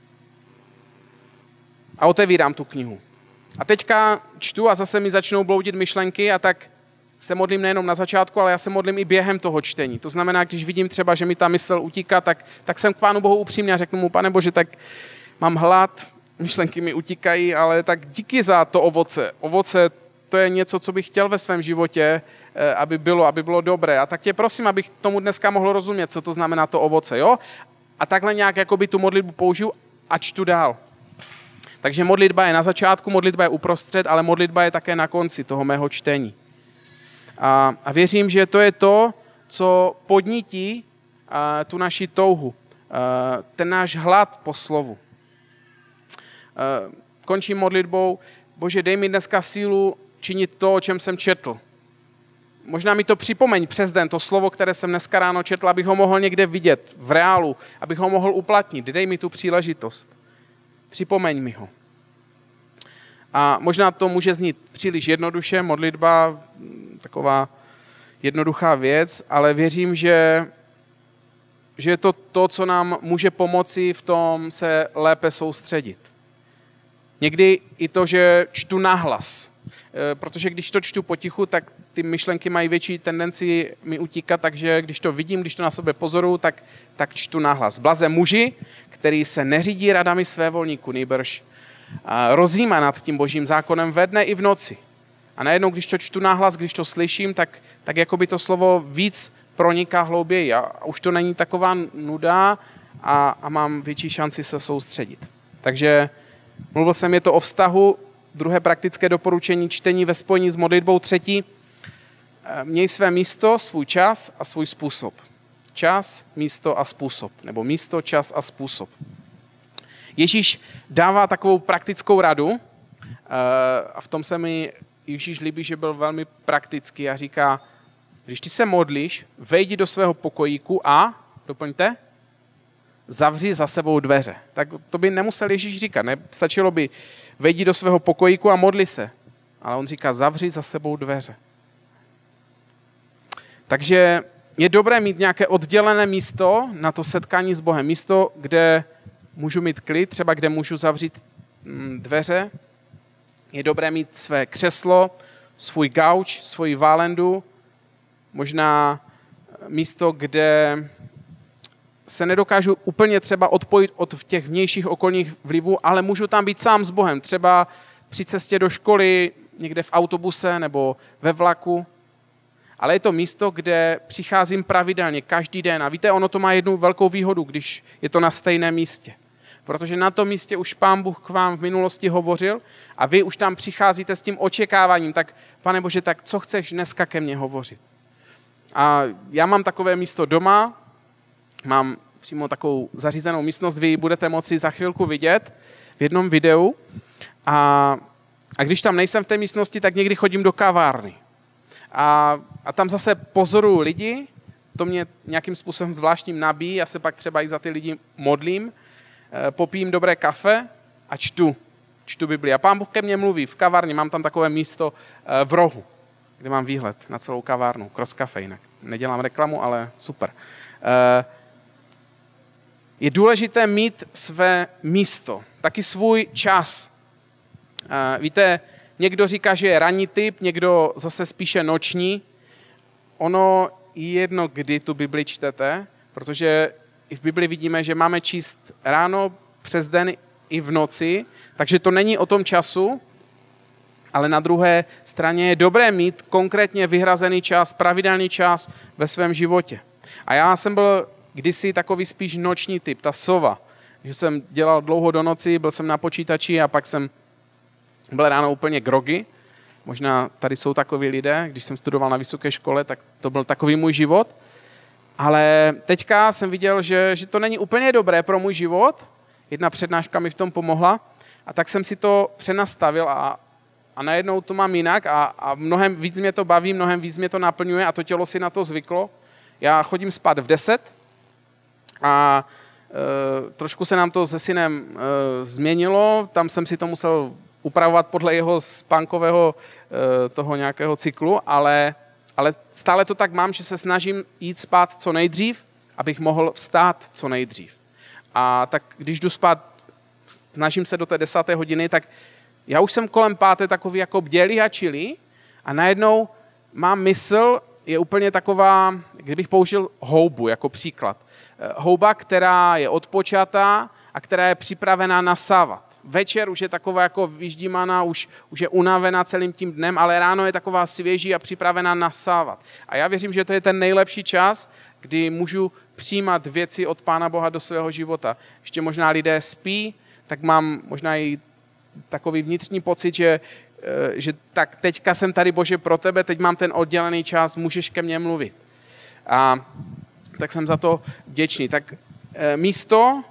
Speaker 1: A otevírám tu knihu. A teďka čtu a zase mi začnou bloudit myšlenky a tak se modlím nejenom na začátku, ale já se modlím i během toho čtení. To znamená, když vidím třeba, že mi ta mysl utíká, tak, tak jsem k Pánu Bohu upřímně a řeknu mu, Pane Bože, tak mám hlad, myšlenky mi utíkají, ale tak díky za to ovoce. Ovoce, to je něco, co bych chtěl ve svém životě, aby bylo, aby bylo dobré. A tak tě prosím, abych tomu dneska mohl rozumět, co to znamená to ovoce, jo? A takhle nějak jakoby tu modlitbu použiju a čtu dál. Takže modlitba je na začátku, modlitba je uprostřed, ale modlitba je také na konci toho mého čtení. A, a věřím, že to je to, co podnítí a, tu naši touhu, a, ten náš hlad po slovu. A, končím modlitbou, Bože, dej mi dneska sílu činit to, o čem jsem četl. možná mi to připomeň přes den, to slovo, které jsem dneska ráno četl, abych ho mohl někde vidět v reálu, abych ho mohl uplatnit. Dej mi tu příležitost. Připomeň mi ho. A možná to může znít příliš jednoduše, modlitba, taková jednoduchá věc, ale věřím, že, že je to to, co nám může pomoci v tom se lépe soustředit. Někdy i to, že čtu nahlas, protože když to čtu potichu, tak ty myšlenky mají větší tendenci mi utíkat, takže když to vidím, když to na sebe pozoruju, tak, tak čtu nahlas. Blaze muži, který se neřídí radami svévolníků, nýbrž rozjímá nad tím božím zákonem ve dne i v noci. A najednou, když to čtu nahlas, když to slyším, tak, tak jako by to slovo víc proniká hlouběji a už to není taková nuda a, a mám větší šanci se soustředit. Takže mluvil jsem je to o vztahu, druhé praktické doporučení, čtení ve spojení s modlitbou, třetí, měj své místo, svůj čas a svůj způsob. Čas, místo a způsob, nebo místo, čas a způsob. Ježíš dává takovou praktickou radu a v tom se mi Ježíš líbí, že byl velmi praktický a říká, když ty se modlíš, vejdi do svého pokojíku a, doplňte, zavři za sebou dveře. Tak to by nemusel Ježíš říkat, ne? Stačilo by vejdi do svého pokojíku a modli se. Ale on říká, zavři za sebou dveře. Takže je dobré mít nějaké oddělené místo na to setkání s Bohem. Místo, kde můžu mít klid, třeba kde můžu zavřít dveře. Je dobré mít své křeslo, svůj gauč, svoji válendu, možná místo, kde se nedokážu úplně třeba odpojit od těch vnějších okolních vlivů, ale můžu tam být sám s Bohem, třeba při cestě do školy, někde v autobuse nebo ve vlaku. Ale je to místo, kde přicházím pravidelně, každý den. A víte, ono to má jednu velkou výhodu, když je to na stejném místě. Protože na tom místě už Pán Bůh k vám v minulosti hovořil a vy už tam přicházíte s tím očekáváním. Tak, Pane Bože, tak co chceš dneska ke mně hovořit? A já mám takové místo doma, mám přímo takovou zařízenou místnost, vy ji budete moci za chvilku vidět v jednom videu. A, a když tam nejsem v té místnosti, tak někdy chodím do kavárny. A, a tam zase pozoruju lidi, to mě nějakým způsobem zvláštním nabíjí, já se pak třeba i za ty lidi modlím, popijím dobré kafe a čtu. Čtu Bibli. A Pán Bůh ke mně mluví v kavárně, mám tam takové místo v rohu, kde mám výhled na celou kavárnu. Cross Cafe jinak. Nedělám reklamu, ale super. Je důležité mít své místo, taky svůj čas. Víte, někdo říká, že je ranní typ, někdo zase spíše noční. Ono je jedno, kdy tu Bibli čtete, protože i v Bibli vidíme, že máme číst ráno, přes den i v noci, takže to není o tom času, ale na druhé straně je dobré mít konkrétně vyhrazený čas, pravidelný čas ve svém životě. A já jsem byl kdysi takový spíš noční typ, ta sova, že jsem dělal dlouho do noci, byl jsem na počítači a pak jsem byl ráno úplně groggy. Možná tady jsou takoví lidé, když jsem studoval na vysoké škole, tak to byl takový můj život. Ale teďka jsem viděl, že, že to není úplně dobré pro můj život. Jedna přednáška mi v tom pomohla. A tak jsem si to přenastavil a, a najednou to mám jinak a, a mnohem víc mě to baví, mnohem víc mě to naplňuje a to tělo si na to zvyklo. Já chodím spát v deset a e, trošku se nám to se synem e, změnilo. Tam jsem si to musel upravovat podle jeho spánkového e, toho nějakého cyklu, ale Ale stále to tak mám, že se snažím jít spát co nejdřív, abych mohl vstát co nejdřív. A tak když jdu spát, snažím se do té desáté hodiny, tak já už jsem kolem páté takový jako bdělý a čilý a najednou má mysl, je úplně taková, kdybych použil houbu jako příklad. Houba, která je odpočatá a která je připravená nasávat. Večer už je taková jako vyždímaná, už, už je unavená celým tím dnem, ale ráno je taková svěží a připravená nasávat. A já věřím, že to je ten nejlepší čas, kdy můžu přijímat věci od Pána Boha do svého života. Ještě možná lidé spí, tak mám možná i takový vnitřní pocit, že, že tak teďka jsem tady, Bože, pro tebe, teď mám ten oddělený čas, můžeš ke mně mluvit. A tak jsem za to vděčný. Tak místo,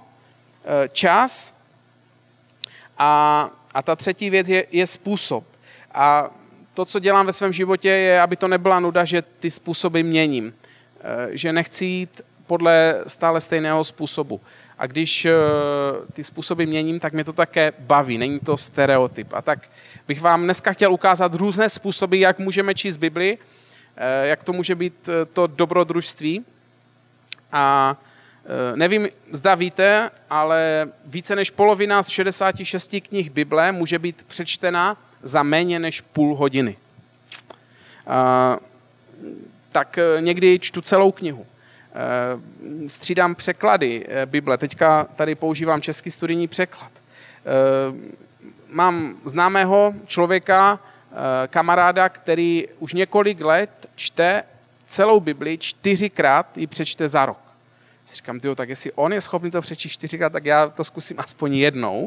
Speaker 1: čas, A, a ta třetí věc je, je způsob. A to, co dělám ve svém životě, je, aby to nebyla nuda, že ty způsoby měním. Že nechci jít podle stále stejného způsobu. A když ty způsoby měním, tak mě to také baví, není to stereotyp. A tak bych vám dneska chtěl ukázat různé způsoby, jak můžeme číst Bibli, jak to může být to dobrodružství. A nevím, zda víte, ale více než polovina z šedesáti šesti knih Bible může být přečtena za méně než půl hodiny. A, tak někdy čtu celou knihu. Střídám překlady Bible. Teďka tady používám český studijní překlad. Mám známého člověka, kamaráda, který už několik let čte celou Bibli, čtyřikrát ji přečte za rok. Si říkám, tyjo, tak jestli on je schopný to přečíst čtyřikrát, tak já to zkusím aspoň jednou.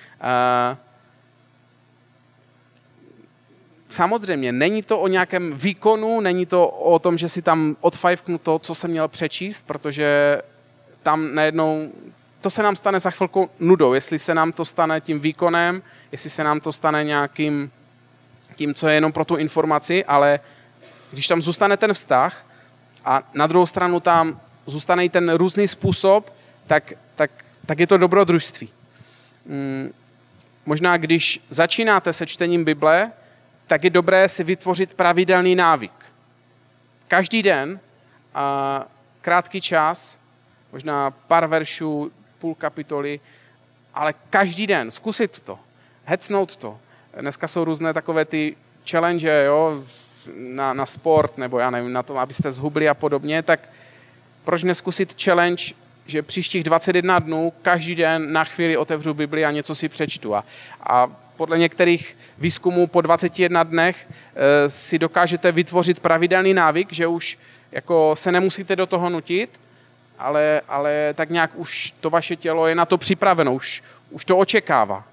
Speaker 1: Samozřejmě, není to o nějakém výkonu, není to o tom, že si tam odfajfknu to, co jsem měl přečíst, protože tam najednou, to se nám stane za chvilku nudou, jestli se nám to stane tím výkonem, jestli se nám to stane nějakým tím, co je jenom pro tu informaci, ale když tam zůstane ten vztah a na druhou stranu tam zůstane i ten různý způsob, tak, tak, tak je to dobrodružství. Hmm, možná když začínáte se čtením Bible, tak je dobré si vytvořit pravidelný návyk. Každý den, a krátký čas, možná pár veršů, půl kapitoly, ale každý den zkusit to, hecnout to. Dneska jsou různé takové ty challenge, jo, na, na sport, nebo já nevím, na to, abyste zhubli a podobně, tak proč neskusit challenge, že příštích dvacet jedna dnů každý den na chvíli otevřu Bibli a něco si přečtu. A, a podle některých výzkumů po dvaceti jedna dnech e, si dokážete vytvořit pravidelný návyk, že už jako se nemusíte do toho nutit, ale, ale tak nějak už to vaše tělo je na to připraveno, už, už to očekává.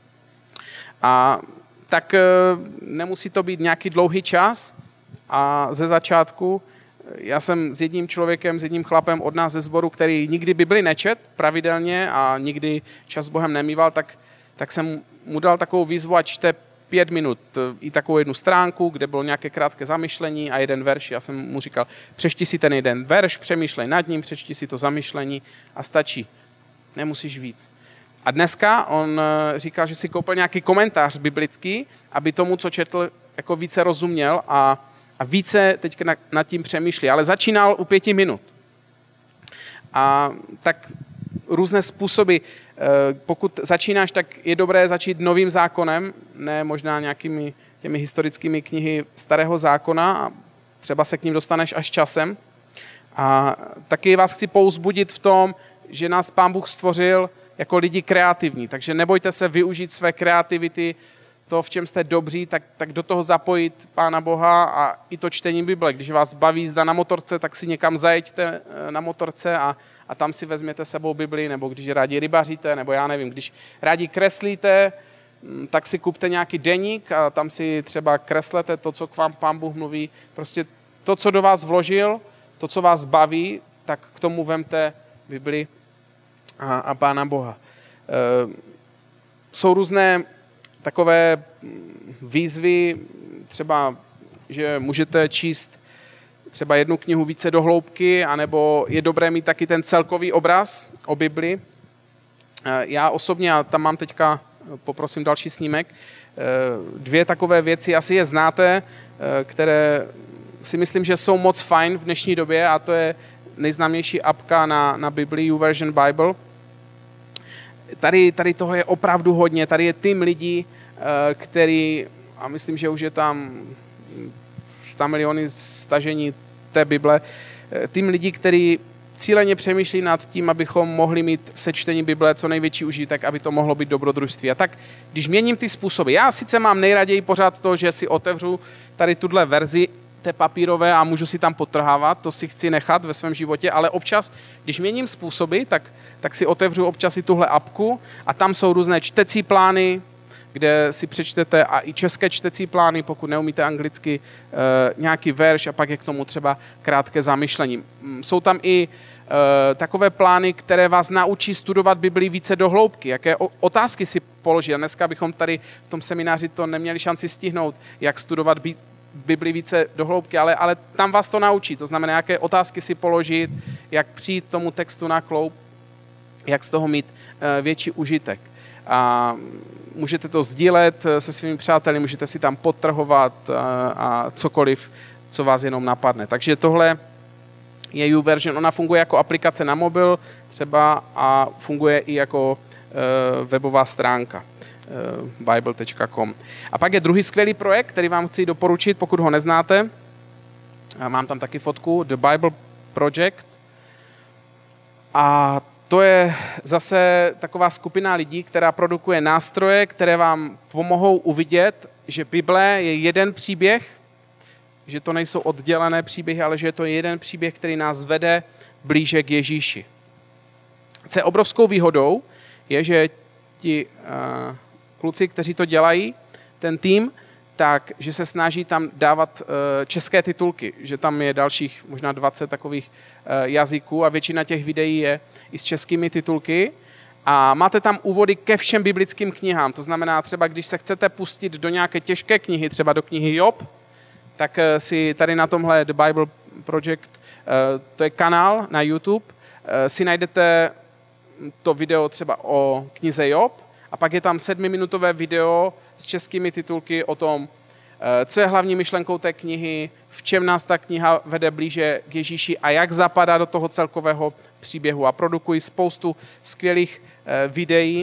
Speaker 1: A tak e, nemusí to být nějaký dlouhý čas a ze začátku já jsem s jedním člověkem, s jedním chlapem od nás ze sboru, který nikdy Bibli nečet pravidelně a nikdy čas s Bohem nemýval, tak, tak jsem mu dal takovou výzvu, ať čte pět minut i takovou jednu stránku, kde bylo nějaké krátké zamyšlení a jeden verš. Já jsem mu říkal, přečti si ten jeden verš, přemýšlej nad ním, přečti si to zamyšlení a stačí. Nemusíš víc. A dneska on říkal, že si koupil nějaký komentář biblický, aby tomu, co četl, jako více rozuměl a A více teď nad tím přemýšlí, ale začínal u pěti minut. A tak různé způsoby, pokud začínáš, tak je dobré začít novým zákonem, ne možná nějakými těmi historickými knihy starého zákona, a třeba se k ním dostaneš až časem. A taky vás chci povzbudit v tom, že nás Pán Bůh stvořil jako lidi kreativní, takže nebojte se využít své kreativity, to, v čem jste dobří, tak, tak do toho zapojit Pána Boha a i to čtení Bible. Když vás baví jízda na motorce, tak si někam zajeďte na motorce a, a tam si vezměte sebou Bibli, nebo když rádi rybaříte, nebo já nevím, když rádi kreslíte, tak si kupte nějaký deník a tam si třeba kreslete to, co k vám Pán Bůh mluví. Prostě to, co do vás vložil, to, co vás baví, tak k tomu vemte Bibli a, a Pána Boha. E, jsou různé takové výzvy, třeba, že můžete číst třeba jednu knihu více do hloubky, anebo je dobré mít taky ten celkový obraz o Bibli. Já osobně, a tam mám teďka, poprosím další snímek, dvě takové věci, asi je znáte, které si myslím, že jsou moc fajn v dnešní době, a to je nejznámější apka na, na Bibli, YouVersion Bible. Tady, tady toho je opravdu hodně, tady je tým lidí, který, a myslím, že už je tam sto miliony stažení té Bible, tým lidí, který cíleně přemýšlí nad tím, abychom mohli mít se čtení Bible co největší užitek, aby to mohlo být dobrodružství. A tak, když měním ty způsoby, já sice mám nejraději pořád to, že si otevřu tady tuhle verzi té papírové a můžu si tam potrhávat, to si chci nechat ve svém životě, ale občas, když měním způsoby, tak, tak si otevřu občas i tuhle apku a tam jsou různé čtecí plány, kde si přečtete a i české čtecí plány, pokud neumíte anglicky, nějaký verš a pak je k tomu třeba krátké zamyšlení. Jsou tam i takové plány, které vás naučí studovat Biblii více do hloubky, jaké otázky si položit. A dneska bychom tady v tom semináři to neměli šanci stihnout, jak studovat Biblii více do hloubky, ale, ale tam vás to naučí. To znamená, jaké otázky si položit, jak přijít tomu textu na kloub, jak z toho mít větší užitek. A můžete to sdílet se svými přáteli, můžete si tam podtrhovat a, a cokoliv, co vás jenom napadne. Takže tohle je YouVersion, ona funguje jako aplikace na mobil třeba a funguje i jako e, webová stránka e, bible tečka com. A pak je druhý skvělý projekt, který vám chci doporučit, pokud ho neznáte. A mám tam taky fotku, The Bible Project. A to je zase taková skupina lidí, která produkuje nástroje, které vám pomohou uvidět, že Bible je jeden příběh, že to nejsou oddělené příběhy, ale že je to jeden příběh, který nás vede blíže k Ježíši. Co je obrovskou výhodou, je, že ti uh, kluci, kteří to dělají, ten tým, tak, že se snaží tam dávat uh, české titulky, že tam je dalších možná dvacet takových uh, jazyků a většina těch videí je i s českými titulky. A máte tam úvody ke všem biblickým knihám. To znamená třeba, když se chcete pustit do nějaké těžké knihy, třeba do knihy Job, tak si tady na tomhle The Bible Project, to je kanál na YouTube, si najdete to video třeba o knize Job a pak je tam sedmiminutové video s českými titulky o tom, co je hlavní myšlenkou té knihy, v čem nás ta kniha vede blíže k Ježíši a jak zapadá do toho celkového příběhu. A produkují spoustu skvělých videí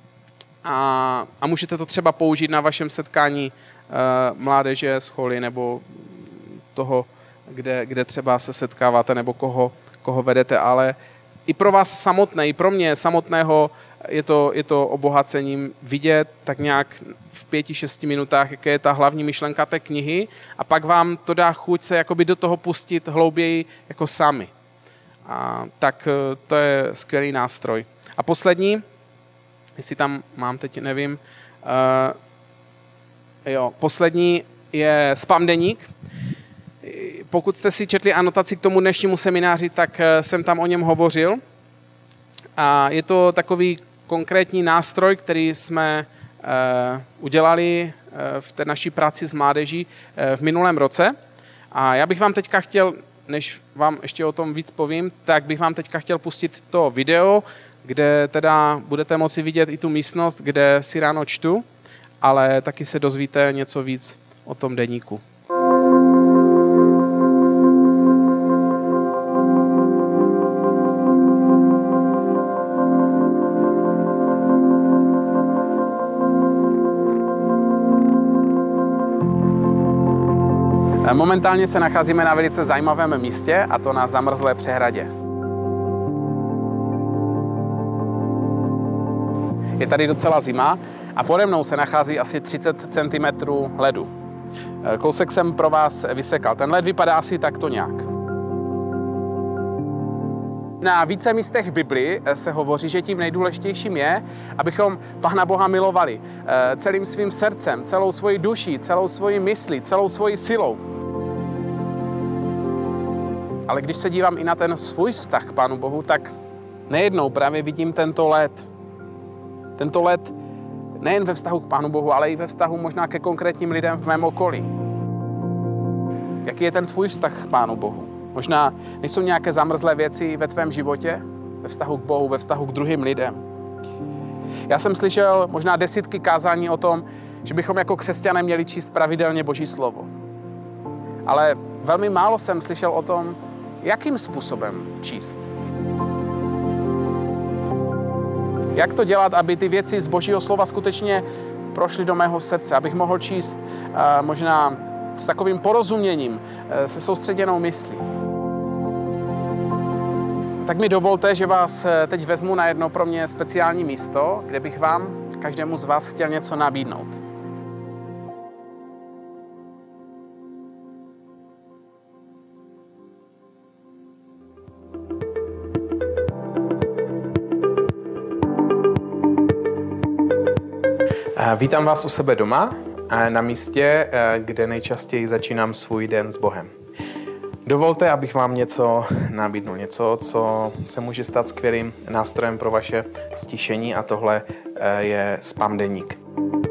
Speaker 1: a, a můžete to třeba použít na vašem setkání mládeže z Choly nebo toho, kde, kde třeba se setkáváte nebo koho, koho vedete, ale i pro vás samotné, i pro mě samotného je to, je to obohacením vidět tak nějak v pěti, šesti minutách, jaké je ta hlavní myšlenka té knihy a pak vám to dá chuť se jakoby do toho pustit hlouběji jako sami. A tak to je skvělý nástroj. A poslední, jestli tam mám teď, nevím, uh, Jo, poslední je Spam deník. Pokud jste si četli anotaci k tomu dnešnímu semináři, tak jsem tam o něm hovořil. A je to takový konkrétní nástroj, který jsme uh, udělali uh, v té naší práci s mládeží uh, v minulém roce. A já bych vám teďka chtěl, než vám ještě o tom víc povím, tak bych vám teďka chtěl pustit to video, kde teda budete moci vidět i tu místnost, kde si ráno čtu, ale taky se dozvíte něco víc o tom deníku. Momentálně se nacházíme na velice zajímavém místě, a to na zamrzlé přehradě. Je tady docela zima a pode mnou se nachází asi třicet centimetrů ledu. Kousek jsem pro vás vysekal. Ten led vypadá asi takto nějak. Na více místech v Biblii se hovoří, že tím nejdůležitějším je, abychom Pána Boha milovali celým svým srdcem, celou svojí duší, celou svojí myslí, celou svojí silou. Ale když se dívám i na ten svůj vztah k Pánu Bohu, tak nejednou právě vidím tento led. Tento led nejen ve vztahu k Pánu Bohu, ale i ve vztahu možná ke konkrétním lidem v mém okolí. Jaký je ten tvůj vztah k Pánu Bohu? Možná nejsou nějaké zamrzlé věci ve tvém životě, ve vztahu k Bohu, ve vztahu k druhým lidem. Já jsem slyšel možná desítky kázání o tom, že bychom jako křesťané měli číst pravidelně Boží slovo. Ale velmi málo jsem slyšel o tom, jakým způsobem číst. Jak to dělat, aby ty věci z Božího slova skutečně prošly do mého srdce, abych mohl číst uh, možná s takovým porozuměním, uh, se soustředěnou myslí. Tak mi dovolte, že vás teď vezmu na jedno pro mě speciální místo, kde bych vám, každému z vás, chtěl něco nabídnout. Vítám vás u sebe doma, na místě, kde nejčastěji začínám svůj den s Bohem.
Speaker 2: Dovolte, abych vám něco nabídnul, něco, co se může stát skvělým nástrojem pro vaše stišení, a tohle je spam deník.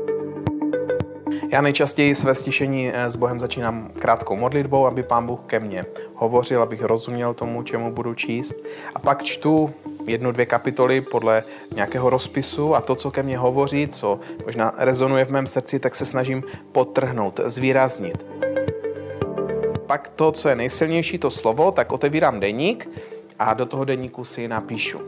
Speaker 2: Já nejčastěji své stišení s Bohem začínám krátkou modlitbou, aby Pán Bůh ke mně hovořil, abych rozuměl tomu, čemu budu číst. A pak čtu jednu, dvě kapitoly podle nějakého rozpisu a to, co ke mně hovoří, co možná rezonuje v mém srdci, tak se snažím podtrhnout, zvýraznit. Pak to, co je nejsilnější, to slovo, tak otevírám deník a do toho deníku si napíšu.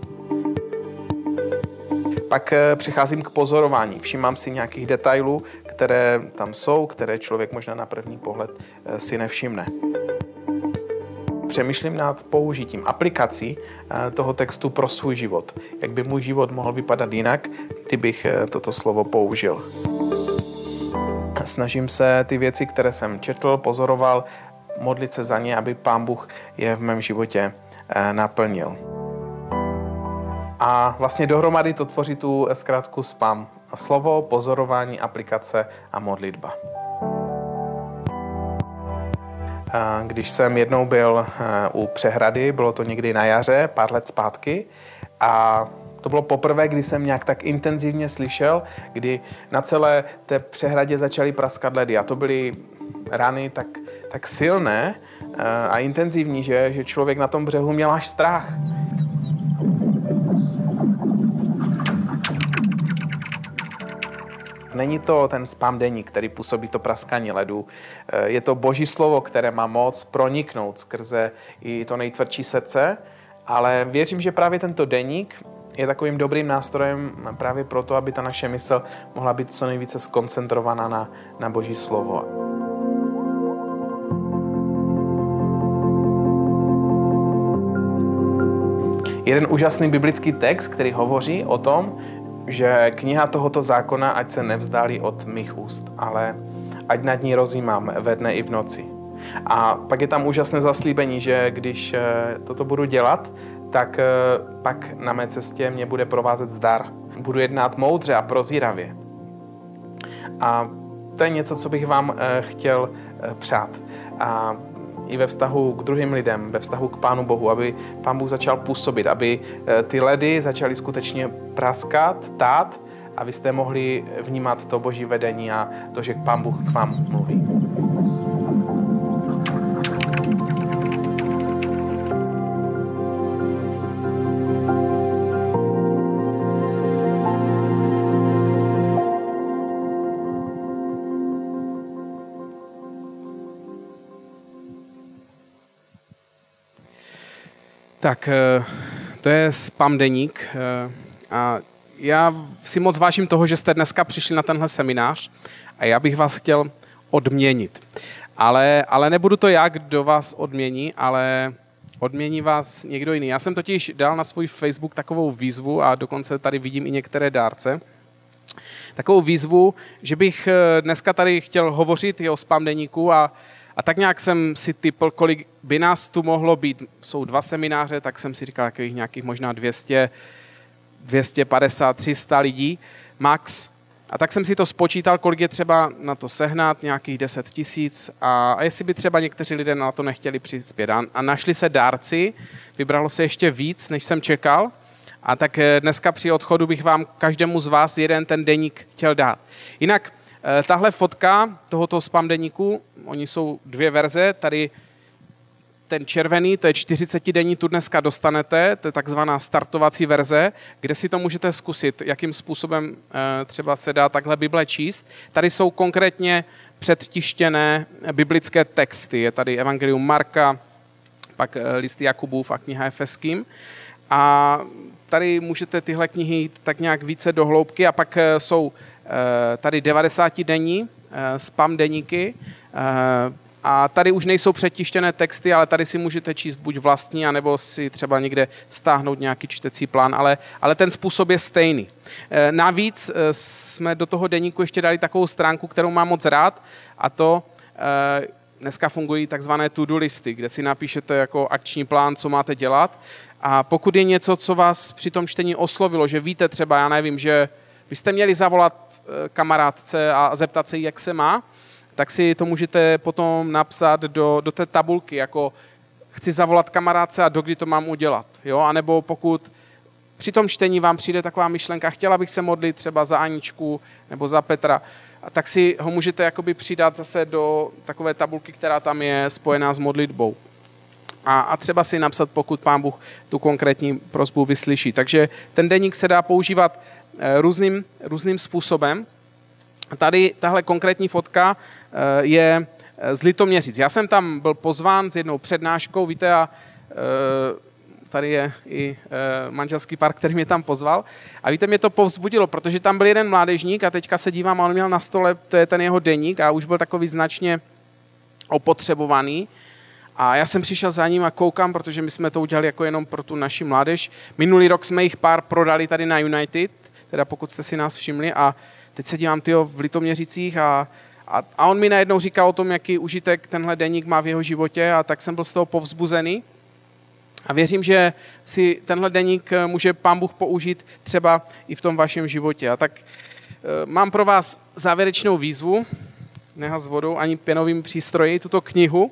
Speaker 2: Pak přecházím k pozorování. Všímám si nějakých detailů, které tam jsou, které člověk možná na první pohled si nevšimne. Přemýšlím nad použitím aplikací toho textu pro svůj život. Jak by můj život mohl vypadat jinak, kdybych toto slovo použil. Snažím se ty věci, které jsem četl, pozoroval, modlit se za ně, aby Pán Bůh je v mém životě naplnil. A vlastně dohromady to tvoří tu zkrátku spam. Slovo, pozorování, aplikace a modlitba. Když jsem jednou byl u přehrady, bylo to někdy na jaře, pár let zpátky, a to bylo poprvé, kdy jsem nějak tak intenzivně slyšel, kdy na celé té přehradě začaly praskat ledy. A to byly rány tak, tak silné a intenzivní, že, že člověk na tom břehu měl až strach. Není to ten spam deník, který působí to praskání ledu. Je to Boží slovo, které má moc proniknout skrze i to nejtvrdší srdce, ale věřím, že právě tento deník je takovým dobrým nástrojem právě proto, aby ta naše mysl mohla být co nejvíce skoncentrovaná na, na Boží slovo. Jeden úžasný biblický text, který hovoří o tom, že kniha tohoto zákona ať se nevzdálí od mých úst, ale ať nad ní rozjímám ve dne i v noci. A pak je tam úžasné zaslíbení, že když toto budu dělat, tak pak na mé cestě mě bude provázet zdar. Budu jednat moudře a prozíravě. A to je něco, co bych vám chtěl přát. A i ve vztahu k druhým lidem, ve vztahu k Pánu Bohu, aby Pán Bůh začal působit, aby ty ledy začaly skutečně praskat, tát, a vy jste mohli vnímat to Boží vedení a to, že Pán Bůh k vám mluví.
Speaker 1: Tak, to je spam deník a já si moc vážím toho, že jste dneska přišli na tenhle seminář a já bych vás chtěl odměnit. Ale, ale nebudu to já, kdo vás odmění, ale odmění vás někdo jiný. Já jsem totiž dal na svůj Facebook takovou výzvu a dokonce tady vidím i některé dárce. Takovou výzvu, že bych dneska tady chtěl hovořit i o spam deníku a A tak nějak jsem si tipl, kolik by nás tu mohlo být. Jsou dva semináře, tak jsem si říkal, jakých nějakých možná dvě stě, dvě stě padesát, tři sta lidí max. A tak jsem si to spočítal, kolik je třeba na to sehnat, nějakých deset tisíc. A, a jestli by třeba někteří lidé na to nechtěli přispět. A, a našli se dárci, vybralo se ještě víc, než jsem čekal. A tak dneska při odchodu bych vám každému z vás jeden ten deník chtěl dát. Jinak tahle fotka tohoto spam deníku, oni jsou dvě verze, tady ten červený, to je čtyřicetidenní, tu dneska dostanete, to je takzvaná startovací verze, kde si to můžete zkusit, jakým způsobem třeba se dá takhle Bible číst. Tady jsou konkrétně předtištěné biblické texty, je tady Evangelium Marka, pak list Jakubův a kniha Efeským. A tady můžete tyhle knihy jít tak nějak více do hloubky a pak jsou tady devadesátidenní spam deníky a tady už nejsou předtištěné texty, ale tady si můžete číst buď vlastní, anebo si třeba někde stáhnout nějaký čtecí plán, ale, ale ten způsob je stejný. Navíc jsme do toho deníku ještě dali takovou stránku, kterou mám moc rád, a to dneska fungují takzvané to-do listy, kde si napíšete jako akční plán, co máte dělat, a pokud je něco, co vás při tom čtení oslovilo, že víte třeba, já nevím, že byste měli zavolat kamarádce a zeptat se jí, jak se má, tak si to můžete potom napsat do, do té tabulky jako chci zavolat kamarádce a dokdy to mám udělat. Jo? A nebo pokud při tom čtení vám přijde taková myšlenka, chtěla bych se modlit třeba za Aničku nebo za Petra, a tak si ho můžete jakoby přidat zase do takové tabulky, která tam je spojená s modlitbou. A, a třeba si napsat, pokud Pán Bůh tu konkrétní prosbu vyslyší. Takže ten deník se dá používat různým, různým způsobem. Tady tahle konkrétní fotka je z Litoměřic. Já jsem tam byl pozván s jednou přednáškou, víte, a tady je i manželský pár, který mě tam pozval. A víte, mě to povzbudilo, protože tam byl jeden mládežník a teďka se dívám a on měl na stole, to je ten jeho deník a už byl takový značně opotřebovaný. A já jsem přišel za ním a koukám, protože my jsme to udělali jako jenom pro tu naši mládež. Minulý rok jsme jich pár prodali tady na United, teda pokud jste si nás všimli, a teď se dívám tyjo, v Litoměřicích a, a, a on mi najednou říkal o tom, jaký užitek tenhle deník má v jeho životě, a tak jsem byl z toho povzbuzený. A věřím, že si tenhle deník může Pán Bůh použít třeba i v tom vašem životě. A tak e, mám pro vás závěrečnou výzvu, nehaz s vodou ani pěnovým přístroji, tuto knihu.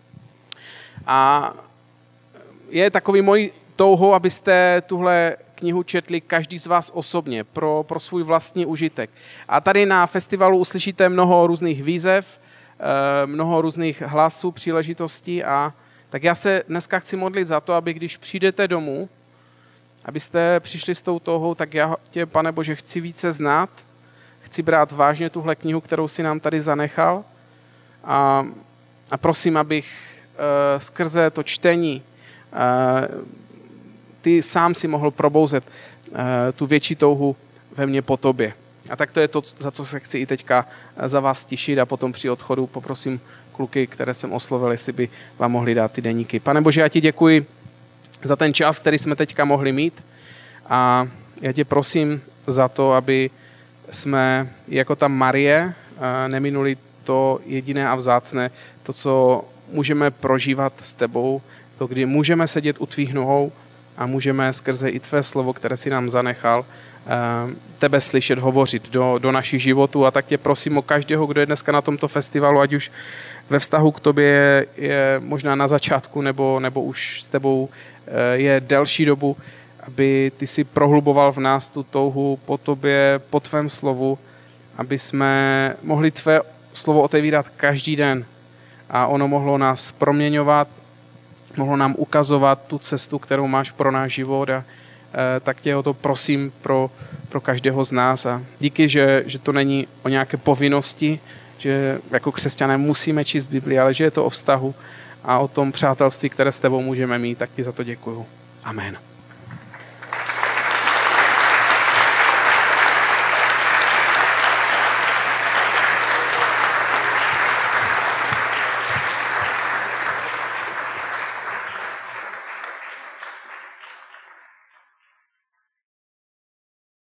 Speaker 1: A je takový mojí touhou, abyste tuhle knihu četli každý z vás osobně pro, pro svůj vlastní užitek. A tady na festivalu uslyšíte mnoho různých výzev, mnoho různých hlasů, příležitostí, a tak já se dneska chci modlit za to, aby když přijdete domů, abyste přišli s tou touhou, tak já tě, Pane Bože, chci více znát, chci brát vážně tuhle knihu, kterou si nám tady zanechal, a, a prosím, abych uh, skrze to čtení uh, ty sám si mohl probouzet uh, tu větší touhu ve mně po tobě. A tak to je to, za co se chci i teďka za vás tišit, a potom při odchodu poprosím kluky, které jsem oslovil, jestli by vám mohli dát ty deníky. Pane Bože, já ti děkuji za ten čas, který jsme teďka mohli mít, a já tě prosím za to, aby jsme jako ta Marie neminuli to jediné a vzácné, to, co můžeme prožívat s tebou, to, kdy můžeme sedět u tvých nohou a můžeme skrze i tvé slovo, které si nám zanechal, tebe slyšet, hovořit do, do našich životů. A tak tě prosím o každého, kdo je dneska na tomto festivalu, ať už ve vztahu k tobě je, je možná na začátku, nebo, nebo už s tebou je delší dobu, aby ty si prohluboval v nás tu touhu po tobě, po tvém slovu, aby jsme mohli tvé slovo otevírat každý den a ono mohlo nás proměňovat, mohlo nám ukazovat tu cestu, kterou máš pro náš život, a tak tě o to prosím pro, pro každého z nás. A díky, že, že to není o nějaké povinnosti, že jako křesťané musíme číst Bibli, ale že je to o vztahu a o tom přátelství, které s tebou můžeme mít, tak ti za to děkuju. Amen.